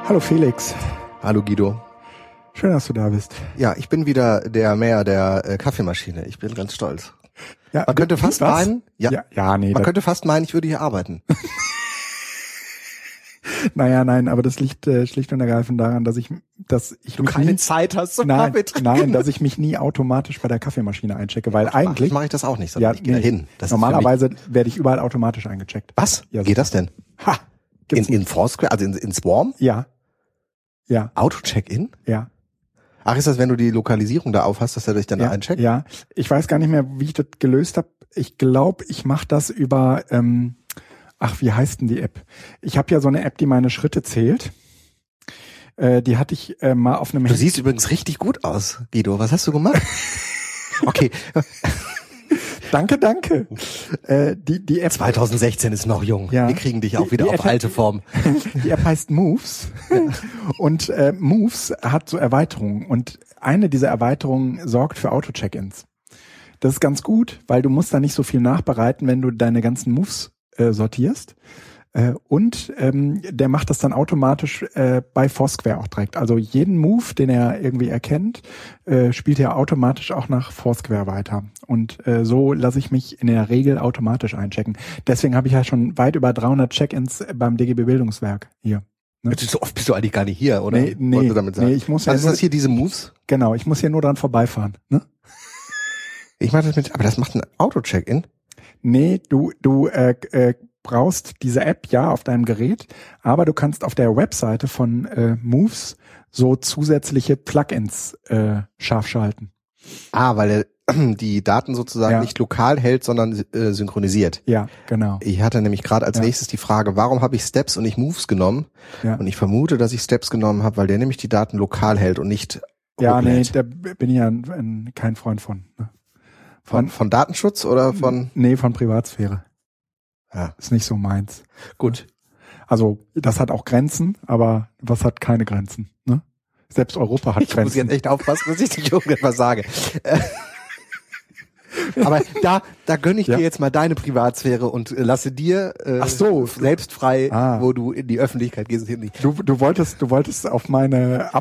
Hallo Felix. Hallo Guido. Schön, dass du da bist. Ja, ich bin wieder der Mayor der Kaffeemaschine. Ich bin ganz stolz. Ja, man könnte fast meinen, man könnte fast meinen, ich würde hier arbeiten. Naja, nein, aber das liegt schlicht und ergreifend daran, dass ich keine Zeit hast zum Kaffee trinken. Nein, dass ich mich nie automatisch bei der Kaffeemaschine einchecke, weil eigentlich mache ich das auch nicht, sondern ich gehe da hin. Normalerweise werde ich überall automatisch eingecheckt. Was? Ja, geht das denn? Ha! In Foursquare, also in Swarm? Ja. Ja. Auto-Check-in? Ja. Ach, ist das, wenn du die Lokalisierung da aufhast, dass er dich dann da eincheckt? Ja. Ich weiß gar nicht mehr, wie ich das gelöst habe. Ich glaube, ich mache das über wie heißt denn die App? Ich habe ja so eine App, die meine Schritte zählt. Die hatte ich mal auf einem Du siehst übrigens richtig gut aus, Guido. Was hast du gemacht? Okay. Danke. Die App 2016 ist noch jung. Ja. Wir kriegen dich auch wieder auf alte Form. Die App heißt Moves. Ja. Und Moves hat so Erweiterungen. Und eine dieser Erweiterungen sorgt für Auto-Check-ins. Das ist ganz gut, weil du musst da nicht so viel nachbereiten, wenn du deine ganzen Moves sortierst. Und der macht das dann automatisch bei Foursquare auch direkt. Also jeden Move, den er irgendwie erkennt, spielt er automatisch auch nach Foursquare weiter. Und so lasse ich mich in der Regel automatisch einchecken. Deswegen habe ich ja schon weit über 300 Check-ins beim DGB Bildungswerk hier. Ne? So oft bist du eigentlich gar nicht hier, oder? Nee, du damit sagen? Nee, ich muss also ist das hier diese Moves? Genau, ich muss hier nur dran vorbeifahren. Ne? Ich mache das aber das macht ein Auto-Check-in? Nee, du brauchst diese App ja auf deinem Gerät, aber du kannst auf der Webseite von Moves so zusätzliche Plugins scharf schalten. Weil er die Daten sozusagen nicht lokal hält, sondern synchronisiert. Ja, genau. Ich hatte nämlich gerade als nächstes die Frage, warum habe ich Steps und nicht Moves genommen? Ja. Und ich vermute, dass ich Steps genommen habe, weil der nämlich die Daten lokal hält und nicht hochlädt. Da bin ich ja kein Freund von. Ne? Von Datenschutz oder von? Nee, von Privatsphäre. Ja. Ist nicht so meins. Gut. Also, das hat auch Grenzen, aber was hat keine Grenzen, ne? Selbst Europa hat Grenzen. Ich muss jetzt echt aufpassen, dass ich nicht irgendetwas sage. Aber da gönne ich dir jetzt mal deine Privatsphäre und lasse dir selbst frei, wo du in die Öffentlichkeit gehst. Du wolltest auf meine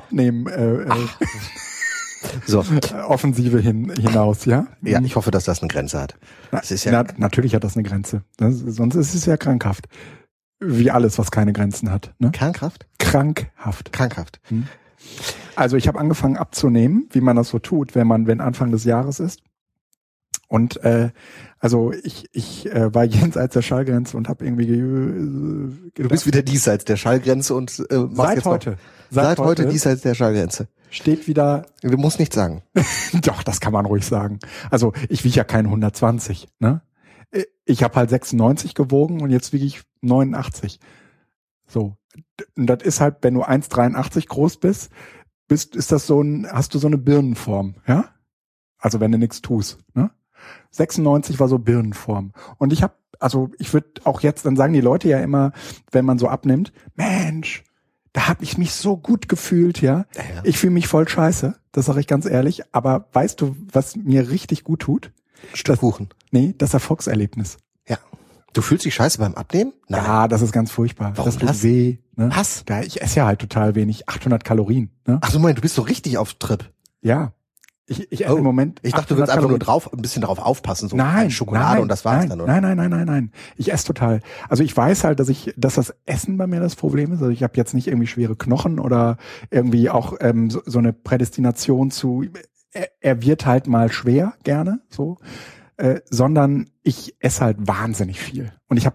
Offensive hinaus, ja? Ja, ich hoffe, dass das eine Grenze hat. Das ist ja natürlich hat das eine Grenze. Sonst ist es ja krankhaft. Wie alles, was keine Grenzen hat. Ne? Krankhaft? Krankhaft. Also ich habe angefangen abzunehmen, wie man das so tut, wenn Anfang des Jahres ist. Und also ich war jenseits der Schallgrenze und habe irgendwie du bist wieder diesseits der Schallgrenze und seit heute diesseits der Schallgrenze. Steht wieder. Du musst nichts sagen. Doch, das kann man ruhig sagen. Also ich wiege ja kein 120, ne? Ich habe halt 96 gewogen und jetzt wiege ich 89. So. Und das ist halt, wenn du 1,83 groß bist, ist das hast du so eine Birnenform, ja? Also wenn du nichts tust, ne? 96 war so Birnenform. Und ich würde auch jetzt, dann sagen die Leute ja immer, wenn man so abnimmt, Mensch, da habe ich mich so gut gefühlt, ja. Ich fühle mich voll scheiße, das sage ich ganz ehrlich. Aber weißt du, was mir richtig gut tut? Stück Kuchen. Nee, das Erfolgserlebnis. Ja. Du fühlst dich scheiße beim Abnehmen? Nein. Ja, das ist ganz furchtbar. Warum das tut weh. Ne? Was? Ja, ich esse ja halt total wenig, 800 Kalorien. Ne? Ach so, du bist so richtig auf Trip. Ja. Ich esse im Moment. Ich dachte, du willst einfach nur ein bisschen drauf aufpassen, so nein, Schokolade und das war's dann, oder? Nein. Ich esse total. Also ich weiß halt, dass das Essen bei mir das Problem ist. Also ich habe jetzt nicht irgendwie schwere Knochen oder irgendwie auch so eine Prädestination zu. Er wird halt mal schwer gerne, so, sondern ich esse halt wahnsinnig viel. Und ich habe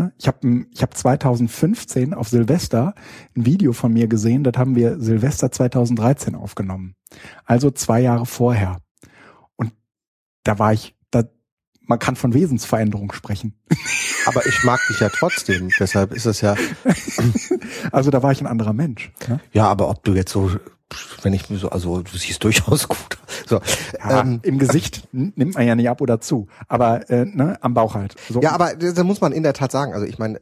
2015 auf Silvester ein Video von mir gesehen, das haben wir Silvester 2013 aufgenommen. Also 2 Jahre vorher. Und man kann von Wesensveränderung sprechen. Aber ich mag dich ja trotzdem, deshalb ist es ja. Also da war ich ein anderer Mensch. Ne? Ja, aber ob du jetzt so, du siehst durchaus gut. So, ja, im Gesicht nimmt man ja nicht ab oder zu, aber am Bauch halt. So. Ja, aber da muss man in der Tat sagen, also ich meine,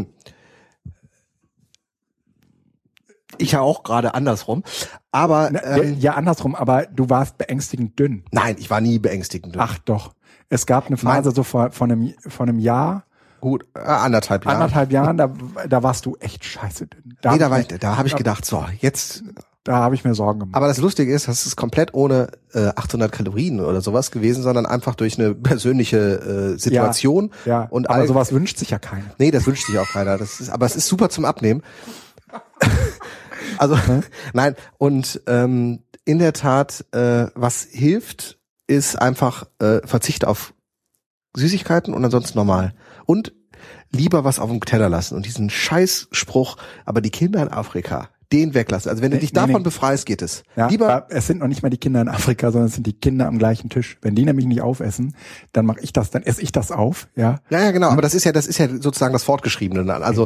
ich ja auch gerade andersrum, aber ja andersrum, aber du warst beängstigend dünn. Nein, ich war nie beängstigend dünn. Ach doch, es gab eine Phase so von einem Jahr Gut, 1,5 Jahre. 1,5 Jahren, da warst du echt scheiße dünn. Da habe ich gedacht, so, jetzt. Da habe ich mir Sorgen gemacht. Aber das Lustige ist, das ist komplett ohne 800 Kalorien oder sowas gewesen, sondern einfach durch eine persönliche Situation. Ja, und aber sowas wünscht sich ja keiner. Nee, das wünscht sich auch keiner. Aber es ist super zum Abnehmen. Also, nein. Und in der Tat, was hilft, ist einfach Verzicht auf Süßigkeiten und ansonsten normal. Und lieber was auf dem Teller lassen. Und diesen Scheißspruch, aber die Kinder in Afrika, den weglassen. Also wenn du dich davon befreist, geht es. Ja, lieber. Es sind noch nicht mal die Kinder in Afrika, sondern es sind die Kinder am gleichen Tisch. Wenn die nämlich nicht aufessen, dann esse ich das auf, ja. Ja, genau. Aber das ist ja sozusagen das Fortgeschriebene. Also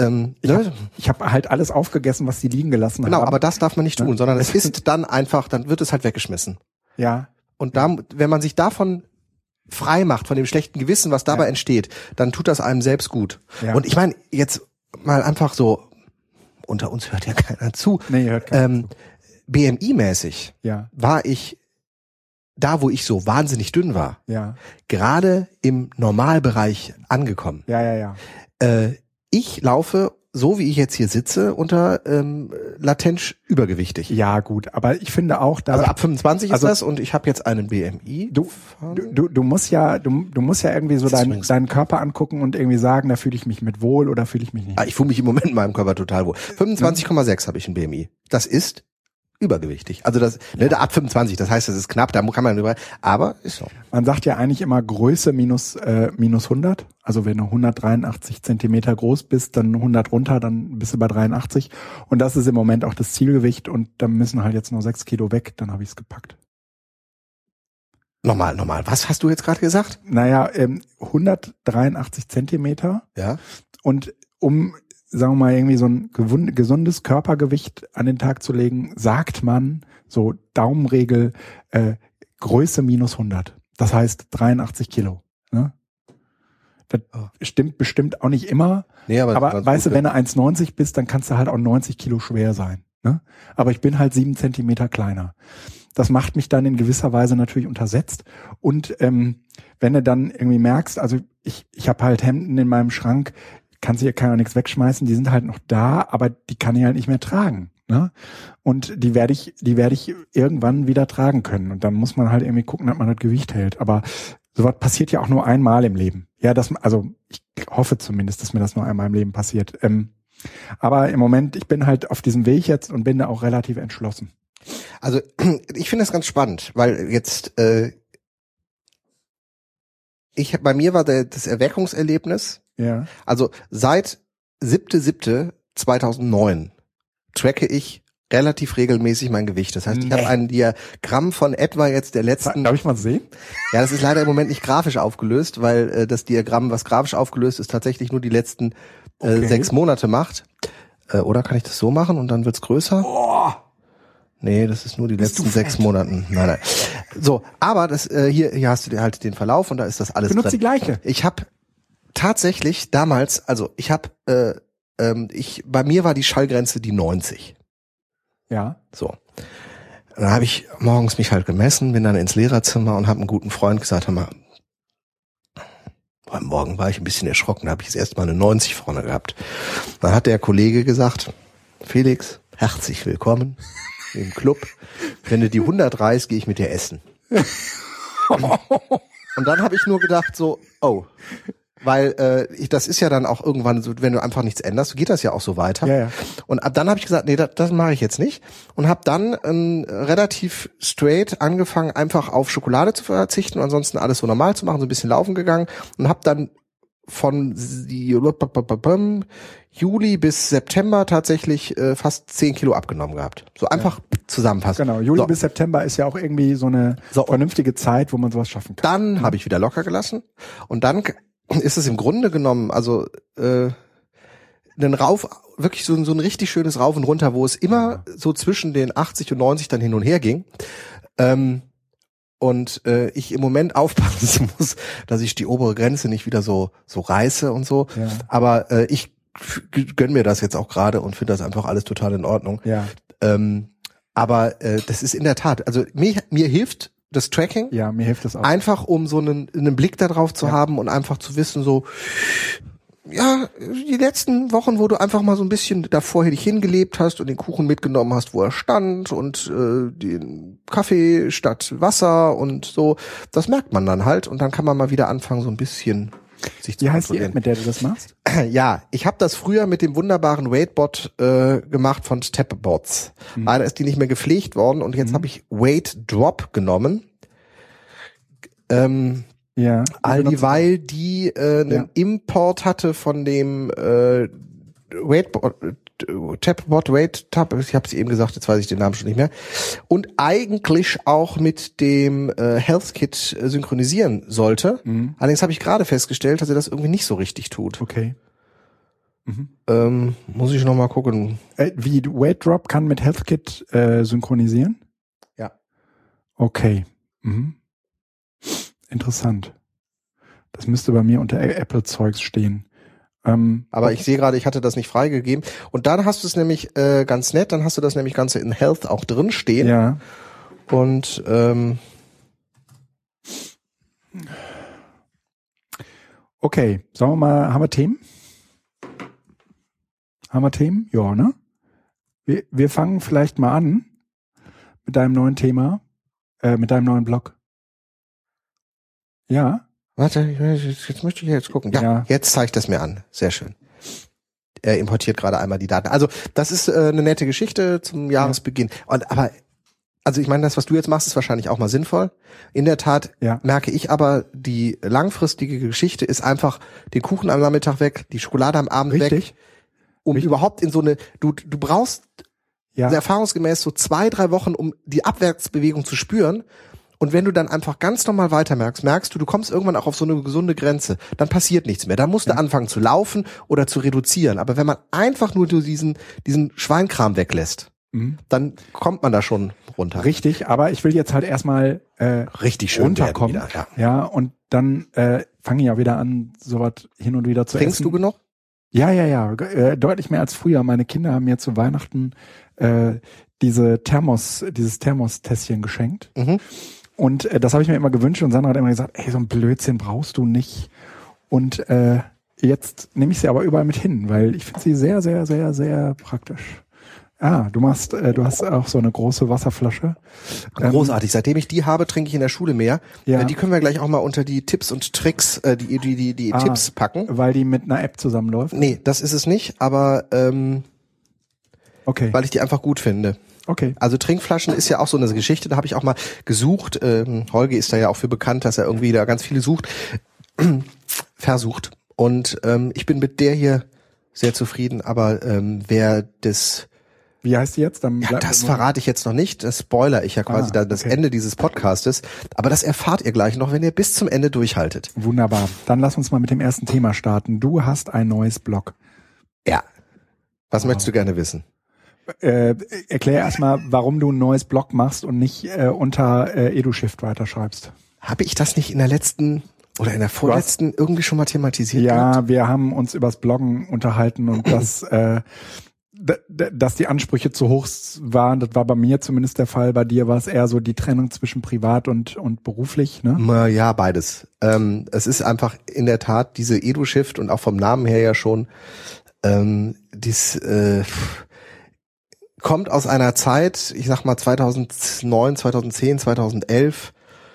ich habe halt alles aufgegessen, was die liegen gelassen haben. Genau, aber das darf man nicht tun, sondern es ist dann einfach, dann wird es halt weggeschmissen. Ja. Und da, wenn man sich davon frei macht, von dem schlechten Gewissen, was dabei entsteht, dann tut das einem selbst gut. Ja. Und ich meine, jetzt mal einfach so, unter uns hört ja keiner zu. Nee, hört keiner zu. BMI-mäßig war ich da, wo ich so wahnsinnig dünn war, gerade im Normalbereich angekommen. Ja. Ich laufe, so wie ich jetzt hier sitze, unter latent übergewichtig. Ja, gut, aber ich finde auch, also ab 25 ist das und ich habe jetzt einen BMI. Du musst ja irgendwie so deinen Körper angucken und irgendwie sagen, da fühle ich mich mit wohl oder fühle ich mich nicht. Ich fühle mich im Moment in meinem Körper total wohl. 25,6 habe ich ein BMI. Das ist übergewichtig. Also ab 25, das heißt, das ist knapp, da kann man drüber, aber ist so. Man sagt ja eigentlich immer Größe minus 100. Also wenn du 183 Zentimeter groß bist, dann 100 runter, dann bist du bei 83. Und das ist im Moment auch das Zielgewicht und da müssen halt jetzt nur 6 Kilo weg, dann habe ich es gepackt. Nochmal. Was hast du jetzt gerade gesagt? Naja, 183 Zentimeter. Ja. Und sagen wir mal, irgendwie so ein gesundes Körpergewicht an den Tag zu legen, sagt man, so Daumenregel, Größe minus 100. Das heißt 83 Kilo. Ne? Das stimmt bestimmt auch nicht immer. Nee, aber weißt du, wenn du 1,90 bist, dann kannst du halt auch 90 Kilo schwer sein. Ne? Aber ich bin halt 7 Zentimeter kleiner. Das macht mich dann in gewisser Weise natürlich untersetzt. Und wenn du dann irgendwie merkst, also ich habe halt Hemden in meinem Schrank, kann ja nichts wegschmeißen, die sind halt noch da, aber die kann ich halt nicht mehr tragen. Ne? Und die werde ich irgendwann wieder tragen können. Und dann muss man halt irgendwie gucken, dass man das Gewicht hält. Aber sowas passiert ja auch nur einmal im Leben. Ja, ich hoffe zumindest, dass mir das nur einmal im Leben passiert. Aber im Moment, ich bin halt auf diesem Weg jetzt und bin da auch relativ entschlossen. Also ich finde das ganz spannend, weil jetzt bei mir war das Erweckungserlebnis. Ja. Also seit 7.7.2009 tracke ich relativ regelmäßig mein Gewicht. Das heißt, ich habe ein Diagramm von etwa jetzt der letzten... Darf ich mal sehen? Ja, das ist leider im Moment nicht grafisch aufgelöst, weil das Diagramm, was grafisch aufgelöst ist, tatsächlich nur die letzten 6 Monate macht. Oder kann ich das so machen und dann wird's größer? Oh. Nee, das ist nur die letzten 6 Monaten. Nein. So, aber das hier hast du dir halt den Verlauf und da ist das alles drin. Benutzt die gleiche. Ich habe tatsächlich damals, also bei mir war die Schallgrenze die 90. Ja. So. Dann habe ich morgens mich halt gemessen, bin dann ins Lehrerzimmer und habe einen guten Freund gesagt, hör mal, beim Morgen war ich ein bisschen erschrocken, da habe ich das erste Mal eine 90 vorne gehabt. Dann hat der Kollege gesagt, Felix, herzlich willkommen im Club. Wenn du die 100 reißt, gehe ich mit dir essen. Und dann habe ich nur gedacht so, weil das ist ja dann auch irgendwann so, wenn du einfach nichts änderst, geht das ja auch so weiter. Ja. Und ab dann habe ich gesagt, nee, das mache ich jetzt nicht. Und habe dann relativ straight angefangen, einfach auf Schokolade zu verzichten und ansonsten alles so normal zu machen, so ein bisschen laufen gegangen und habe dann von Juli bis September tatsächlich fast 10 Kilo abgenommen gehabt. So einfach zusammenfassen. Genau, Juli bis September ist ja auch irgendwie so eine vernünftige Zeit, wo man sowas schaffen kann. Dann habe ich wieder locker gelassen und dann ist es im Grunde genommen, also ein Rauf, wirklich so ein richtig schönes Rauf und runter, wo es immer so zwischen den 80 und 90 dann hin und her ging. Und ich im Moment aufpassen muss, dass ich die obere Grenze nicht wieder so reiße und so. Ja. Aber ich gönn mir das jetzt auch gerade und finde das einfach alles total in Ordnung. Ja. Aber das ist in der Tat, also mir hilft das Tracking. Ja, mir hilft das auch. Einfach um so einen Blick darauf zu haben und einfach zu wissen, so, ja, die letzten Wochen, wo du einfach mal so ein bisschen davor dich hingelebt hast und den Kuchen mitgenommen hast, wo er stand und den Kaffee statt Wasser und so, das merkt man dann halt und dann kann man mal wieder anfangen, so ein bisschen sich zu Wie heißt die kontrollieren. App, mit der du das machst? Ja, ich habe das früher mit dem wunderbaren Weightbot gemacht von Stepbots. Leider ist die nicht mehr gepflegt worden und jetzt habe ich Weight Genommen. Ja. All dieweil die einen Import hatte von dem Tapbot, ich habe es eben gesagt, jetzt weiß ich den Namen schon nicht mehr, und eigentlich auch mit dem HealthKit synchronisieren sollte. Allerdings habe ich gerade festgestellt, dass er das irgendwie nicht so richtig tut. Okay. Muss ich noch mal gucken. Wie Weight Drop kann mit HealthKit synchronisieren? Ja. Okay. Interessant. Das müsste bei mir unter Apple-Zeugs stehen. Aber ich sehe gerade, ich hatte das nicht freigegeben. Und dann hast du es nämlich ganz nett, dann hast du das nämlich Ganze in Health auch drin stehen. Ja. Und okay, sagen wir mal, haben wir Themen? Haben wir Themen? Ja, ne? Wir fangen vielleicht mal an mit deinem neuen Thema, mit deinem neuen Blog. Ja. Warte, jetzt möchte ich jetzt gucken. Ja, jetzt zeigt das mir an. Sehr schön. Er importiert gerade einmal die Daten. Also das ist eine nette Geschichte zum Jahresbeginn. Aber also ich meine, das, was du jetzt machst, ist wahrscheinlich auch mal sinnvoll. In der Tat merke ich aber, die langfristige Geschichte ist einfach den Kuchen am Nachmittag weg, die Schokolade am Abend weg. Um überhaupt in so eine, du brauchst erfahrungsgemäß so 2-3 Wochen, um die Abwärtsbewegung zu spüren. Und wenn du dann einfach ganz normal weiter merkst du kommst irgendwann auch auf so eine gesunde Grenze. Dann passiert nichts mehr. Dann musst du anfangen zu laufen oder zu reduzieren. Aber wenn man einfach nur diesen Schweinkram weglässt, dann kommt man da schon runter. Richtig, aber ich will jetzt halt erstmal richtig schön runterkommen. Wieder, ja, und dann fange ich ja wieder an, sowas hin und wieder zu Trinkst essen. du genug? Ja. Deutlich mehr als früher. Meine Kinder haben mir zu Weihnachten dieses Thermos-Tässchen geschenkt. Und das habe ich mir immer gewünscht und Sandra hat immer gesagt, ey, so ein Blödsinn brauchst du nicht. Und jetzt nehme ich sie aber überall mit hin, weil ich finde sie sehr, sehr, sehr, sehr praktisch. Du hast auch so eine große Wasserflasche. Großartig. Seitdem ich die habe, trinke ich in der Schule mehr. Ja. Die können wir gleich auch mal unter die Tipps und Tricks, die Tipps packen. Weil die mit einer App zusammenläuft? Nee, das ist es nicht, aber okay. Weil ich die einfach gut finde. Okay. Also Trinkflaschen ist ja auch so eine Geschichte, da habe ich auch mal gesucht. Holger ist da ja auch für bekannt, dass er irgendwie da ganz viele versucht. Und ich bin mit der hier sehr zufrieden, aber wie heißt die jetzt? Das verrate ich jetzt noch nicht, das spoiler ich ja quasi das Ende dieses Podcastes. Aber das erfahrt ihr gleich noch, wenn ihr bis zum Ende durchhaltet. Wunderbar. Dann lass uns mal mit dem ersten Thema starten. Du hast ein neues Blog. Ja. Was möchtest du gerne wissen? Erklär erstmal, warum du ein neues Blog machst und nicht unter EduShift weiterschreibst. Habe ich das nicht in der letzten oder in der vorletzten irgendwie schon mal thematisiert? Ja, wir haben uns übers Bloggen unterhalten und dass die Ansprüche zu hoch waren. Das war bei mir zumindest der Fall. Bei dir war es eher so die Trennung zwischen privat und beruflich, ne? Ja, beides. Es ist einfach in der Tat diese EduShift und auch vom Namen her ja schon kommt aus einer Zeit, ich sag mal 2009, 2010, 2011,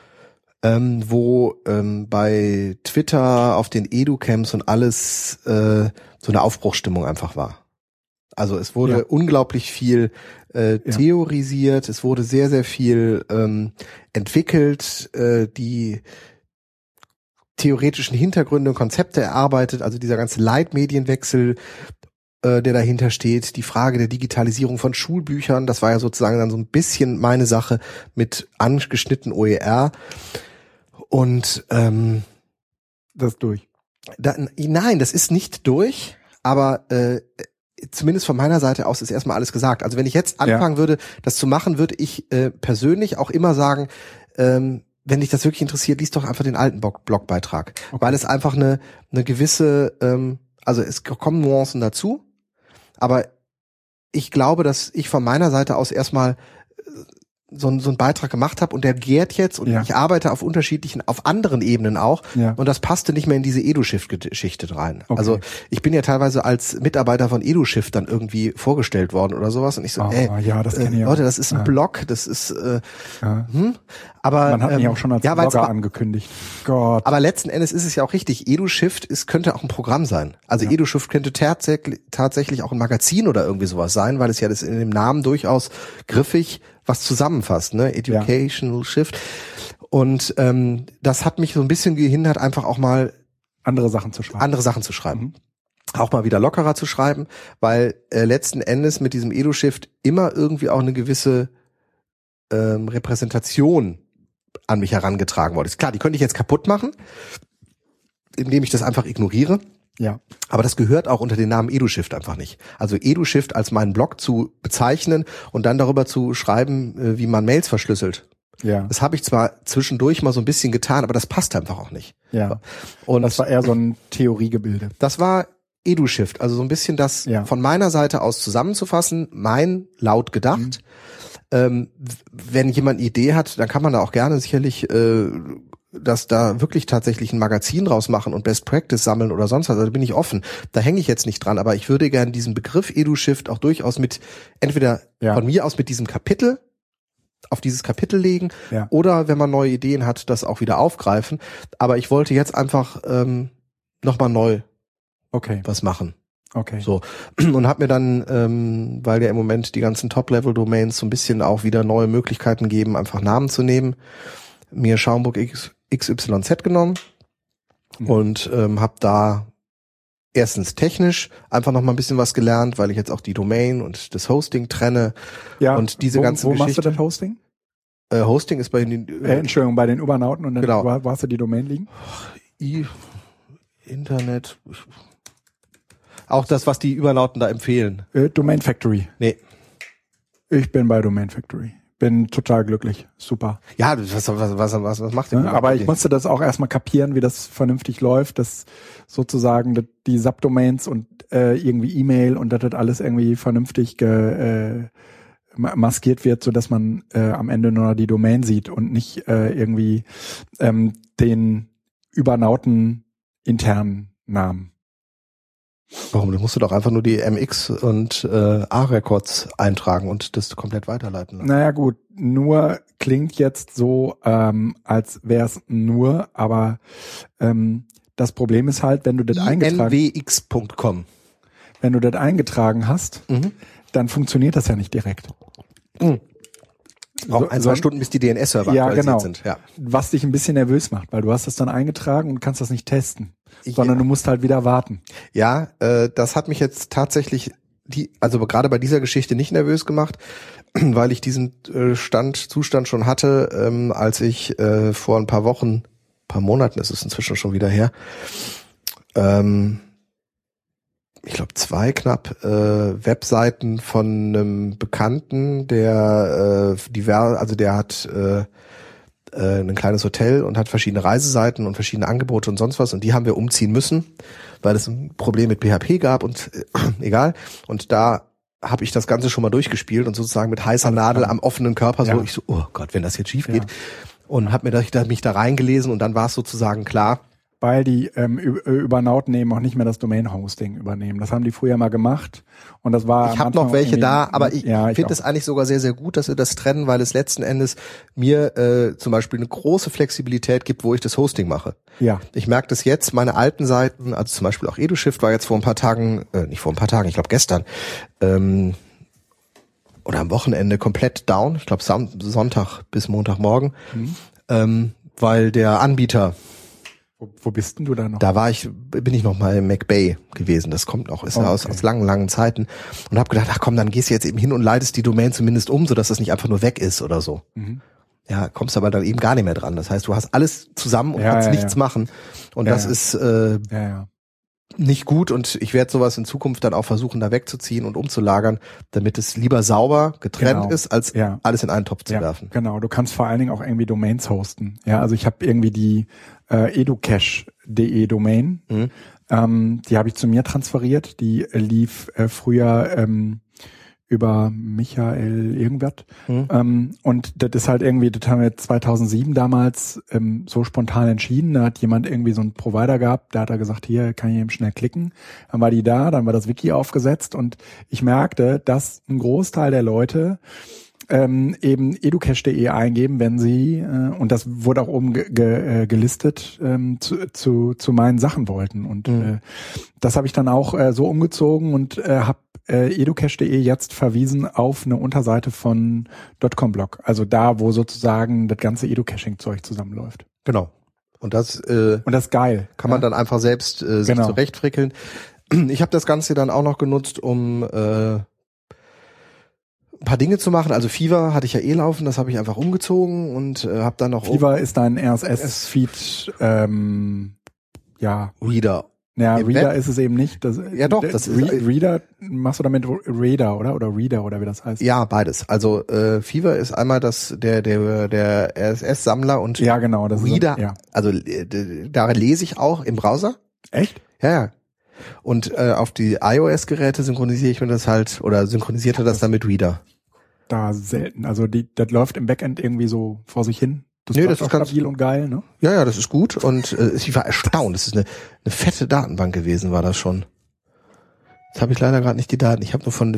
wo bei Twitter auf den Edu-Camps und alles so eine Aufbruchsstimmung einfach war. Also es wurde unglaublich viel theorisiert, es wurde sehr, sehr viel entwickelt, die theoretischen Hintergründe und Konzepte erarbeitet, also dieser ganze Leitmedienwechsel, der dahinter steht, die Frage der Digitalisierung von Schulbüchern, das war ja sozusagen dann so ein bisschen meine Sache mit angeschnitten OER und das ist durch. Nein, das ist nicht durch, aber zumindest von meiner Seite aus ist erstmal alles gesagt. Also wenn ich jetzt anfangen würde, das zu machen, würde ich persönlich auch immer sagen, wenn dich das wirklich interessiert, lies doch einfach den alten Blogbeitrag, weil es einfach eine gewisse, also es kommen Nuancen dazu, aber ich glaube, dass ich von meiner Seite aus erstmal so einen Beitrag gemacht habe und der gärt jetzt und ich arbeite auf anderen Ebenen auch und das passte nicht mehr in diese EduShift-Geschichte rein. Okay. Also ich bin ja teilweise als Mitarbeiter von EduShift dann irgendwie vorgestellt worden oder sowas und ich so, das kenn ich auch. Leute, das ist ein Blog, das ist aber man hat mich auch schon als Blogger angekündigt. Gott. Aber letzten Endes ist es ja auch richtig, EduShift könnte auch ein Programm sein. Also EduShift könnte tatsächlich auch ein Magazin oder irgendwie sowas sein, weil es ja das in dem Namen durchaus griffig was zusammenfasst, ne? Educational Shift. Und das hat mich so ein bisschen gehindert, einfach auch mal andere Sachen zu schreiben. Mhm. Auch mal wieder lockerer zu schreiben, weil letzten Endes mit diesem EduShift immer irgendwie auch eine gewisse Repräsentation an mich herangetragen worden ist. Klar, die könnte ich jetzt kaputt machen, indem ich das einfach ignoriere. Ja. Aber das gehört auch unter den Namen EduShift einfach nicht. Also EduShift als meinen Blog zu bezeichnen und dann darüber zu schreiben, wie man Mails verschlüsselt. Ja. Das habe ich zwar zwischendurch mal so ein bisschen getan, aber das passt einfach auch nicht. Ja. Und das war eher so ein Theoriegebilde. Das war EduShift, also so ein bisschen das von meiner Seite aus zusammenzufassen, mein laut gedacht. Wenn jemand eine Idee hat, dann kann man da auch gerne sicherlich dass da wirklich tatsächlich ein Magazin draus machen und Best Practice sammeln oder sonst was, also da bin ich offen. Da hänge ich jetzt nicht dran, aber ich würde gerne diesen Begriff EduShift auch durchaus mit, entweder von mir aus mit diesem Kapitel, auf dieses Kapitel legen, oder wenn man neue Ideen hat, das auch wieder aufgreifen. Aber ich wollte jetzt einfach nochmal neu was machen. Okay. So. Und habe mir dann, weil ja im Moment die ganzen Top-Level-Domains so ein bisschen auch wieder neue Möglichkeiten geben, einfach Namen zu nehmen, mir Schaumburg XYZ genommen und habe da erstens technisch einfach noch mal ein bisschen was gelernt, weil ich jetzt auch die Domain und das Hosting trenne und diese ganzen Geschichten. Wo machst du das Hosting? Hosting ist bei den Entschuldigung, bei den Übernauten und dann wo hast du die Domain liegen? Internet. Auch das, was die Übernauten da empfehlen. Domain Factory. Nee. Ich bin bei Domain Factory. Bin total glücklich. Super. Ja, was macht denn? Aber ich musste das auch erstmal kapieren, wie das vernünftig läuft, dass sozusagen die Subdomains und irgendwie E-Mail und dass das alles irgendwie vernünftig maskiert wird, so dass man am Ende nur die Domain sieht und nicht irgendwie den Übernauten internen Namen. Warum? Du musst doch einfach nur die MX und A-Records eintragen und das komplett weiterleiten. Ne? Naja gut, nur klingt jetzt so, als wäre es nur, aber das Problem ist halt, wenn du das nwx.com. Wenn du das eingetragen hast, dann funktioniert das ja nicht direkt. Braucht 1-2 Stunden, bis die DNS-Server aktualisiert sind. Ja. Was dich ein bisschen nervös macht, weil du hast das dann eingetragen und kannst das nicht testen, sondern du musst halt wieder warten. Ja, das hat mich jetzt tatsächlich also gerade bei dieser Geschichte nicht nervös gemacht, weil ich diesen Zustand schon hatte, als ich vor ein paar Monaten, ist es inzwischen schon wieder her, ich glaube 2 knapp Webseiten von einem Bekannten, der hat ein kleines Hotel und hat verschiedene Reiseseiten und verschiedene Angebote und sonst was und die haben wir umziehen müssen, weil es ein Problem mit PHP gab und egal. Und da habe ich das Ganze schon mal durchgespielt und sozusagen mit heißer Nadel am offenen Körper so, ich so, oh Gott, wenn das jetzt schief geht. Und habe mich da reingelesen und dann war es sozusagen klar. Weil die Übernauten eben auch nicht mehr das Domain-Hosting übernehmen. Das haben die früher mal gemacht. Und das war. Ich habe noch welche da, aber ich finde es eigentlich sogar sehr, sehr gut, dass sie das trennen, weil es letzten Endes mir zum Beispiel eine große Flexibilität gibt, wo ich das Hosting mache. Ja. Ich merke das jetzt, meine alten Seiten, also zum Beispiel auch EduShift war jetzt vor ein paar Tagen, nicht vor ein paar Tagen, ich glaube gestern, oder am Wochenende komplett down. Ich glaube Sonntag bis Montagmorgen, weil der Anbieter. Wo bist denn du da noch? Da bin ich noch mal im MacBay gewesen. Das kommt noch, ist ja aus langen, langen Zeiten. Und habe gedacht, ach komm, dann gehst du jetzt eben hin und leitest die Domain zumindest um, sodass das nicht einfach nur weg ist oder so. Ja, kommst aber dann eben gar nicht mehr dran. Das heißt, du hast alles zusammen und kannst nichts machen. Und das ist nicht gut. Und ich werde sowas in Zukunft dann auch versuchen, da wegzuziehen und umzulagern, damit es lieber sauber getrennt ist, als alles in einen Topf zu werfen. Genau, du kannst vor allen Dingen auch irgendwie Domains hosten. Ja, also ich habe irgendwie die educache.de Domain. Die habe ich zu mir transferiert. Die lief früher über Michael irgendwas. Und das ist halt irgendwie, das haben wir 2007 damals so spontan entschieden. Da hat jemand irgendwie so einen Provider gehabt, da hat er gesagt, hier kann ich eben schnell klicken. Dann war die da, dann war das Wiki aufgesetzt und ich merkte, dass ein Großteil der Leute eben educache.de eingeben, wenn sie, und das wurde auch oben gelistet, zu meinen Sachen wollten. Und das habe ich dann auch so umgezogen und habe educache.de jetzt verwiesen auf eine Unterseite von .com-Blog. Also da, wo sozusagen das ganze Educaching-Zeug zusammenläuft. Genau. Und das ist geil. Kann man dann einfach selbst sich zurechtfrickeln. Ich habe das Ganze dann auch noch genutzt, um ein paar Dinge zu machen. Also Fever hatte ich ja laufen, das habe ich einfach umgezogen und habe dann noch... Fever ist dein RSS-Feed, Reader. Ja, Reader Web ist es eben nicht. Das ist Reader machst du damit Reader, oder? Oder Reader oder wie das heißt? Ja, beides. Also Fever ist einmal der RSS-Sammler und ja, genau, das Reader. Ist, ja. Also da lese ich auch im Browser. Echt? Ja. Und auf die iOS-Geräte synchronisiere ich mir das halt oder synchronisierte das dann mit Reader. Da selten. Also das läuft im Backend irgendwie so vor sich hin. Das ist ganz stabil und geil, ne? Ja, das ist gut und ich war erstaunt. Das ist eine fette Datenbank gewesen, war das schon. Jetzt habe ich leider gerade nicht die Daten. Ich habe nur von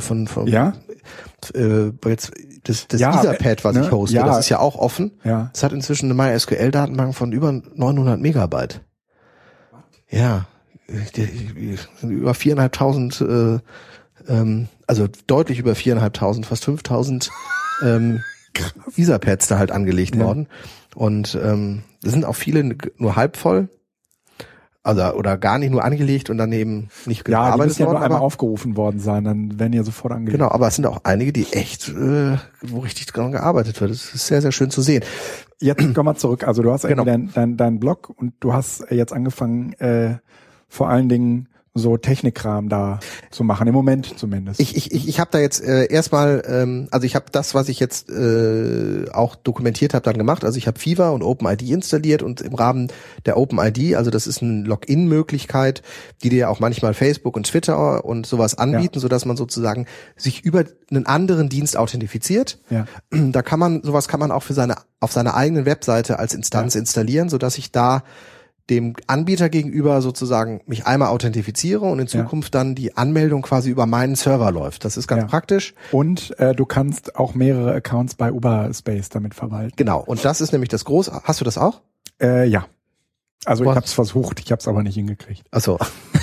jetzt das Etherpad, was ich hoste, das ist ja auch offen. Ja. Das hat inzwischen eine MySQL-Datenbank von über 900 Megabyte. Ja, über 4.500, also deutlich über 4.500, fast 5.000 Etherpads da halt angelegt worden. Und das sind auch viele nur halb voll. Also, oder gar nicht nur angelegt und dann eben nicht gearbeitet worden. Ja, die müssen ja nur einmal aufgerufen worden sein, dann werden die ja sofort angelegt. Genau, aber es sind auch einige, die echt, wo richtig dran gearbeitet wird. Das ist sehr, sehr schön zu sehen. Jetzt komm mal zurück. Also du hast irgendwie deinen Blog und du hast jetzt angefangen, vor allen Dingen so Technikkram da zu machen, im Moment zumindest. Ich habe da jetzt erstmal, also ich habe das, was ich jetzt auch dokumentiert habe, dann gemacht. Also ich habe Fever und OpenID installiert und im Rahmen der OpenID, also das ist eine Login-Möglichkeit, die dir auch manchmal Facebook und Twitter und sowas anbieten, sodass man sozusagen sich über einen anderen Dienst authentifiziert. Ja. Da sowas kann man auch auf seiner eigenen Webseite als Instanz installieren, sodass ich da dem Anbieter gegenüber sozusagen mich einmal authentifiziere und in Zukunft dann die Anmeldung quasi über meinen Server läuft. Das ist ganz praktisch. Und du kannst auch mehrere Accounts bei Uberspace damit verwalten. Genau. Und das ist nämlich das Große. Hast du das auch? Ja. Also ich habe es versucht, ich habe es aber nicht hingekriegt. Ach so.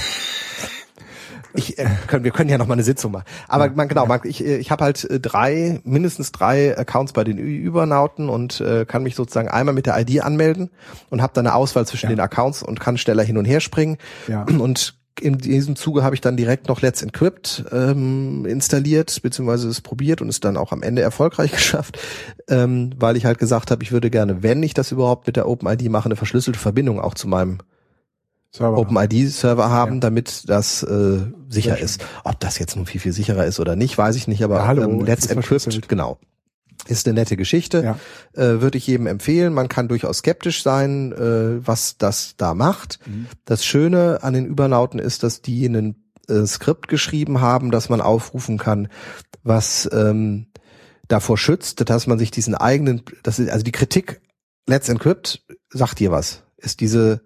Wir können ja noch mal eine Sitzung machen. Aber ich habe halt mindestens drei Accounts bei den Übernauten und kann mich sozusagen einmal mit der ID anmelden und habe dann eine Auswahl zwischen den Accounts und kann schneller hin und her springen. Ja. Und in diesem Zuge habe ich dann direkt noch Let's Encrypt installiert, beziehungsweise es probiert und es dann auch am Ende erfolgreich geschafft, weil ich halt gesagt habe, ich würde gerne, wenn ich das überhaupt mit der OpenID mache, eine verschlüsselte Verbindung auch zu meinem OpenID-Server haben, damit das sicher ist. Ob das jetzt nun viel, viel sicherer ist oder nicht, weiß ich nicht, aber Let's Encrypt, genau. Ist eine nette Geschichte, würde ich jedem empfehlen. Man kann durchaus skeptisch sein, was das da macht. Mhm. Das Schöne an den Übernauten ist, dass die ein Skript geschrieben haben, das man aufrufen kann, was davor schützt, dass man sich diesen eigenen, also die Kritik Let's Encrypt sagt dir was, ist diese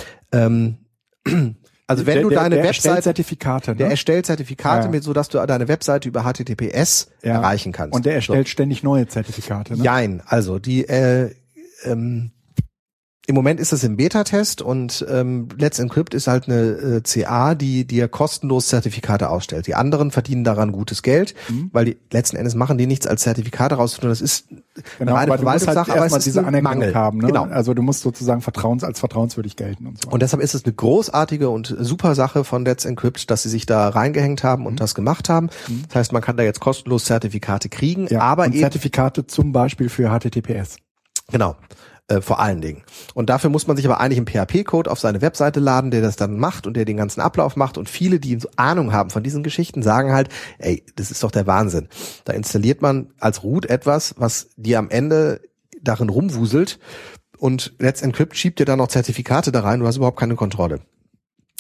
also wenn du deine Webseite erstellt Zertifikate, ne? Der erstellt Zertifikate, so dass du deine Webseite über HTTPS erreichen kannst. Und der erstellt ständig neue Zertifikate, ne? Jein, also die im Moment ist das im Beta-Test und Let's Encrypt ist halt eine CA, die dir kostenlos Zertifikate ausstellt. Die anderen verdienen daran gutes Geld, weil die letzten Endes machen die nichts als Zertifikate rauszutun. Das ist eine reine Verwaltungssache, aber es ist diese ein Mangel. Haben, ne? Genau. Also du musst sozusagen als vertrauenswürdig gelten und so. Und deshalb ist es eine großartige und super Sache von Let's Encrypt, dass sie sich da reingehängt haben und das gemacht haben. Das heißt, man kann da jetzt kostenlos Zertifikate kriegen, aber und Zertifikate zum Beispiel für HTTPS. Genau. Vor allen Dingen. Und dafür muss man sich aber eigentlich einen PHP-Code auf seine Webseite laden, der das dann macht und der den ganzen Ablauf macht. Und viele, die so Ahnung haben von diesen Geschichten, sagen halt, ey, das ist doch der Wahnsinn. Da installiert man als Root etwas, was dir am Ende darin rumwuselt und Let's Encrypt schiebt dir dann noch Zertifikate da rein, du hast überhaupt keine Kontrolle.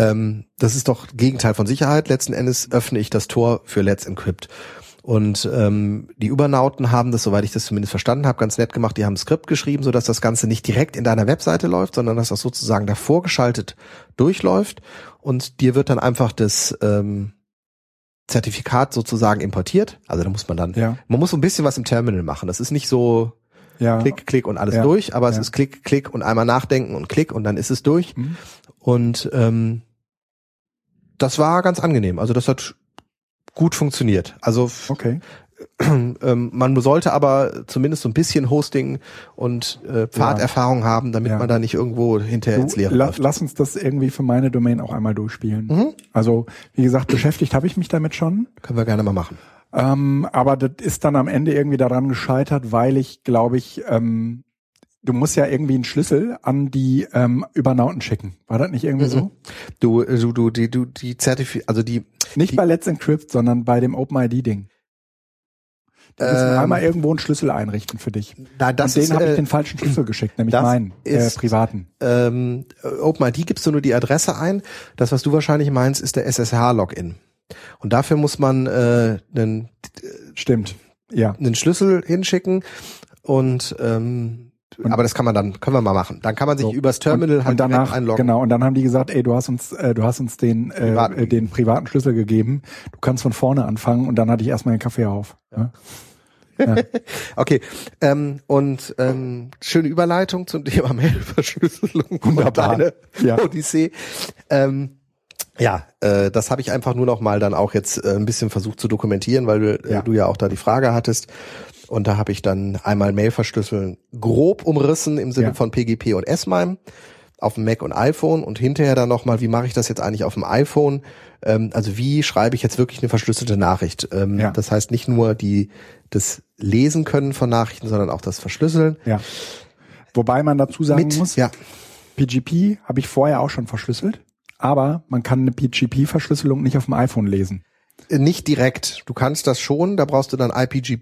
Das ist doch Gegenteil von Sicherheit. Letzten Endes öffne ich das Tor für Let's Encrypt. Und die Übernauten haben das, soweit ich das zumindest verstanden habe, ganz nett gemacht. Die haben ein Skript geschrieben, sodass das Ganze nicht direkt in deiner Webseite läuft, sondern dass das sozusagen davor geschaltet durchläuft. Und dir wird dann einfach das Zertifikat sozusagen importiert. Also da muss man dann, man muss so ein bisschen was im Terminal machen. Das ist nicht so Klick, Klick und alles durch, aber es ist Klick, Klick und einmal nachdenken und Klick und dann ist es durch. Und das war ganz angenehm. Also das hat gut funktioniert. Also man sollte aber zumindest so ein bisschen Hosting und Pfaderfahrung haben, damit man da nicht irgendwo hinterher ins Leere läuft. Lass uns das irgendwie für meine Domain auch einmal durchspielen. Also wie gesagt, beschäftigt habe ich mich damit schon. Können wir gerne mal machen. Aber das ist dann am Ende irgendwie daran gescheitert, weil ich, glaube ich, du musst ja irgendwie einen Schlüssel an die Übernauten schicken. War das nicht irgendwie so? Die also die nicht bei Let's Encrypt, sondern bei dem OpenID-Ding. Die müssen einmal irgendwo einen Schlüssel einrichten für dich. Und denen habe ich den falschen Schlüssel geschickt, nämlich meinen privaten. OpenID gibst du nur die Adresse ein. Das, was du wahrscheinlich meinst, ist der SSH-Login. Und dafür muss man einen Schlüssel hinschicken und aber das können wir mal machen. Dann kann man sich übers Terminal und danach einloggen. Genau, und dann haben die gesagt, ey, du hast uns den privaten Schlüssel gegeben. Du kannst von vorne anfangen und dann hatte ich erstmal den Kaffee auf. Ja. Okay, schöne Überleitung zum Thema Mailverschlüsselung. Wunderbar. Deine Odyssee. Das habe ich einfach nur noch mal dann auch jetzt ein bisschen versucht zu dokumentieren, weil du ja auch da die Frage hattest. Und da habe ich dann einmal Mailverschlüsseln grob umrissen im Sinne von PGP und S-MIME auf dem Mac und iPhone und hinterher dann nochmal, wie mache ich das jetzt eigentlich auf dem iPhone? Also wie schreibe ich jetzt wirklich eine verschlüsselte Nachricht? Das heißt nicht nur das Lesen können von Nachrichten, sondern auch das Verschlüsseln. Ja. Wobei man dazu sagen muss, PGP habe ich vorher auch schon verschlüsselt, aber man kann eine PGP-Verschlüsselung nicht auf dem iPhone lesen. Nicht direkt. Du kannst das schon, da brauchst du dann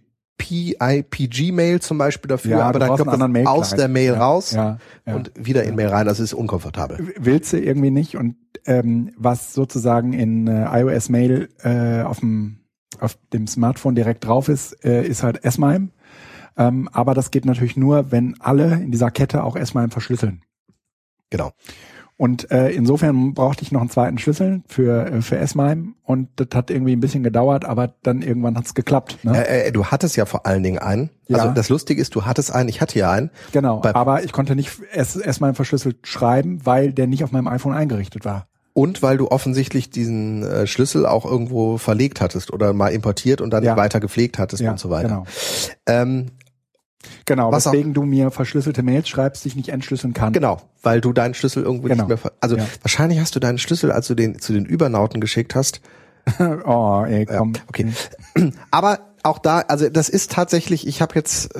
IPG-Mail zum Beispiel dafür, aber dann kommt das aus der Mail raus und wieder in Mail rein. Das ist unkomfortabel. Willst du irgendwie nicht. Und was sozusagen in iOS Mail auf dem Smartphone direkt drauf ist, ist halt S-MIME. Aber das geht natürlich nur, wenn alle in dieser Kette auch S-MIME verschlüsseln. Genau. Und insofern brauchte ich noch einen zweiten Schlüssel für S-MIME und das hat irgendwie ein bisschen gedauert, aber dann irgendwann hat's geklappt. Ne? Du hattest ja vor allen Dingen einen. Ja. Also das Lustige ist, du hattest einen, ich hatte ja einen. Genau, aber ich konnte nicht S-MIME verschlüsselt schreiben, weil der nicht auf meinem iPhone eingerichtet war. Und weil du offensichtlich diesen Schlüssel auch irgendwo verlegt hattest oder mal importiert und dann nicht weiter gepflegt hattest und so weiter. Genau. Genau, weswegen du mir verschlüsselte Mails schreibst, die ich nicht entschlüsseln kann. Genau, weil du deinen Schlüssel irgendwo nicht mehr... wahrscheinlich hast du deinen Schlüssel, als du den zu den Übernauten geschickt hast. Oh, ey, komm. Ja, okay. Aber auch da, also das ist tatsächlich, ich habe jetzt...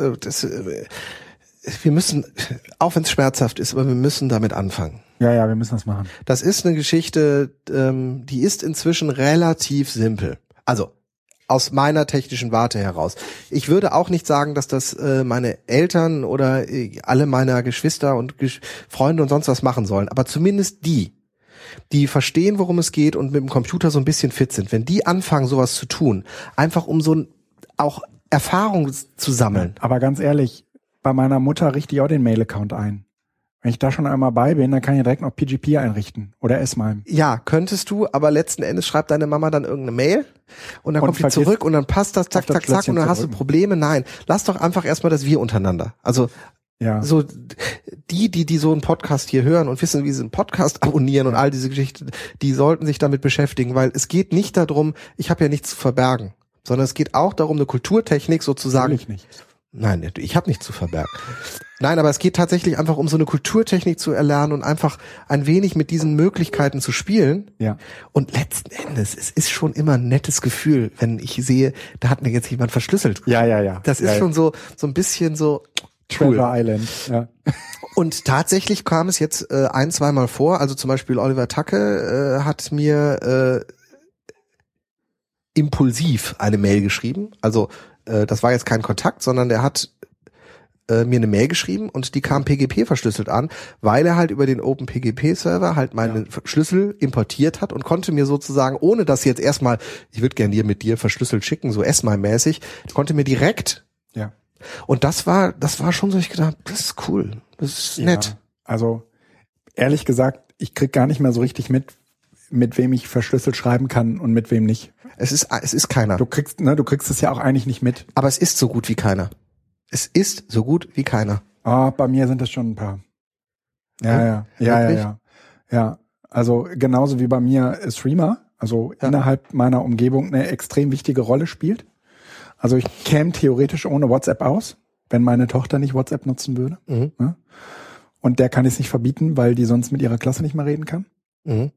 wir müssen, auch wenn es schmerzhaft ist, aber wir müssen damit anfangen. Ja, wir müssen das machen. Das ist eine Geschichte, die ist inzwischen relativ simpel. Also aus meiner technischen Warte heraus. Ich würde auch nicht sagen, dass das meine Eltern oder alle meiner Geschwister und Freunde und sonst was machen sollen. Aber zumindest die verstehen, worum es geht und mit dem Computer so ein bisschen fit sind. Wenn die anfangen, sowas zu tun, einfach um so auch Erfahrung zu sammeln. Ja, aber ganz ehrlich, bei meiner Mutter richte ich auch den Mail-Account ein. Wenn ich da schon einmal bei bin, dann kann ich direkt noch PGP einrichten oder S-MIME. Ja, könntest du, aber letzten Endes schreibt deine Mama dann irgendeine Mail und dann kommt die zurück und dann passt das, zack, zack, zack und dann hast du Probleme. Nein, lass doch einfach erstmal das Wir untereinander. Also so die so einen Podcast hier hören und wissen, wie sie einen Podcast abonnieren und all diese Geschichten, die sollten sich damit beschäftigen, weil es geht nicht darum, ich habe ja nichts zu verbergen, sondern es geht auch darum, eine Kulturtechnik sozusagen. Natürlich nicht. Nein, ich habe nichts zu verbergen. Nein, aber es geht tatsächlich einfach um so eine Kulturtechnik zu erlernen und einfach ein wenig mit diesen Möglichkeiten zu spielen. Ja. Und letzten Endes, es ist schon immer ein nettes Gefühl, wenn ich sehe, da hat mir jetzt jemand verschlüsselt. Ja. Das ist schon so ein bisschen so cool. Treasure Island, ja. Und tatsächlich kam es jetzt ein-, zweimal vor, also zum Beispiel Oliver Tacke hat mir impulsiv eine Mail geschrieben, also das war jetzt kein Kontakt, sondern der hat mir eine Mail geschrieben und die kam PGP verschlüsselt an, weil er halt über den OpenPGP-Server halt meine Schlüssel importiert hat und konnte mir sozusagen, ohne dass jetzt erstmal, ich würde gerne mit dir verschlüsselt schicken, so S-MIME-mäßig, konnte mir direkt. Ja. Und das war schon so, ich gedacht, das ist cool, das ist nett. Also ehrlich gesagt, ich krieg gar nicht mehr so richtig mit wem ich verschlüsselt schreiben kann und mit wem nicht. Es ist keiner. Du kriegst es ja auch eigentlich nicht mit. Aber es ist so gut wie keiner. Es ist so gut wie keiner. Bei mir sind es schon ein paar. Ja. Also genauso wie bei mir Streamer, also innerhalb meiner Umgebung eine extrem wichtige Rolle spielt. Also ich käme theoretisch ohne WhatsApp aus, wenn meine Tochter nicht WhatsApp nutzen würde. Mhm. Ja? Und der kann ich es nicht verbieten, weil die sonst mit ihrer Klasse nicht mehr reden kann. Mhm.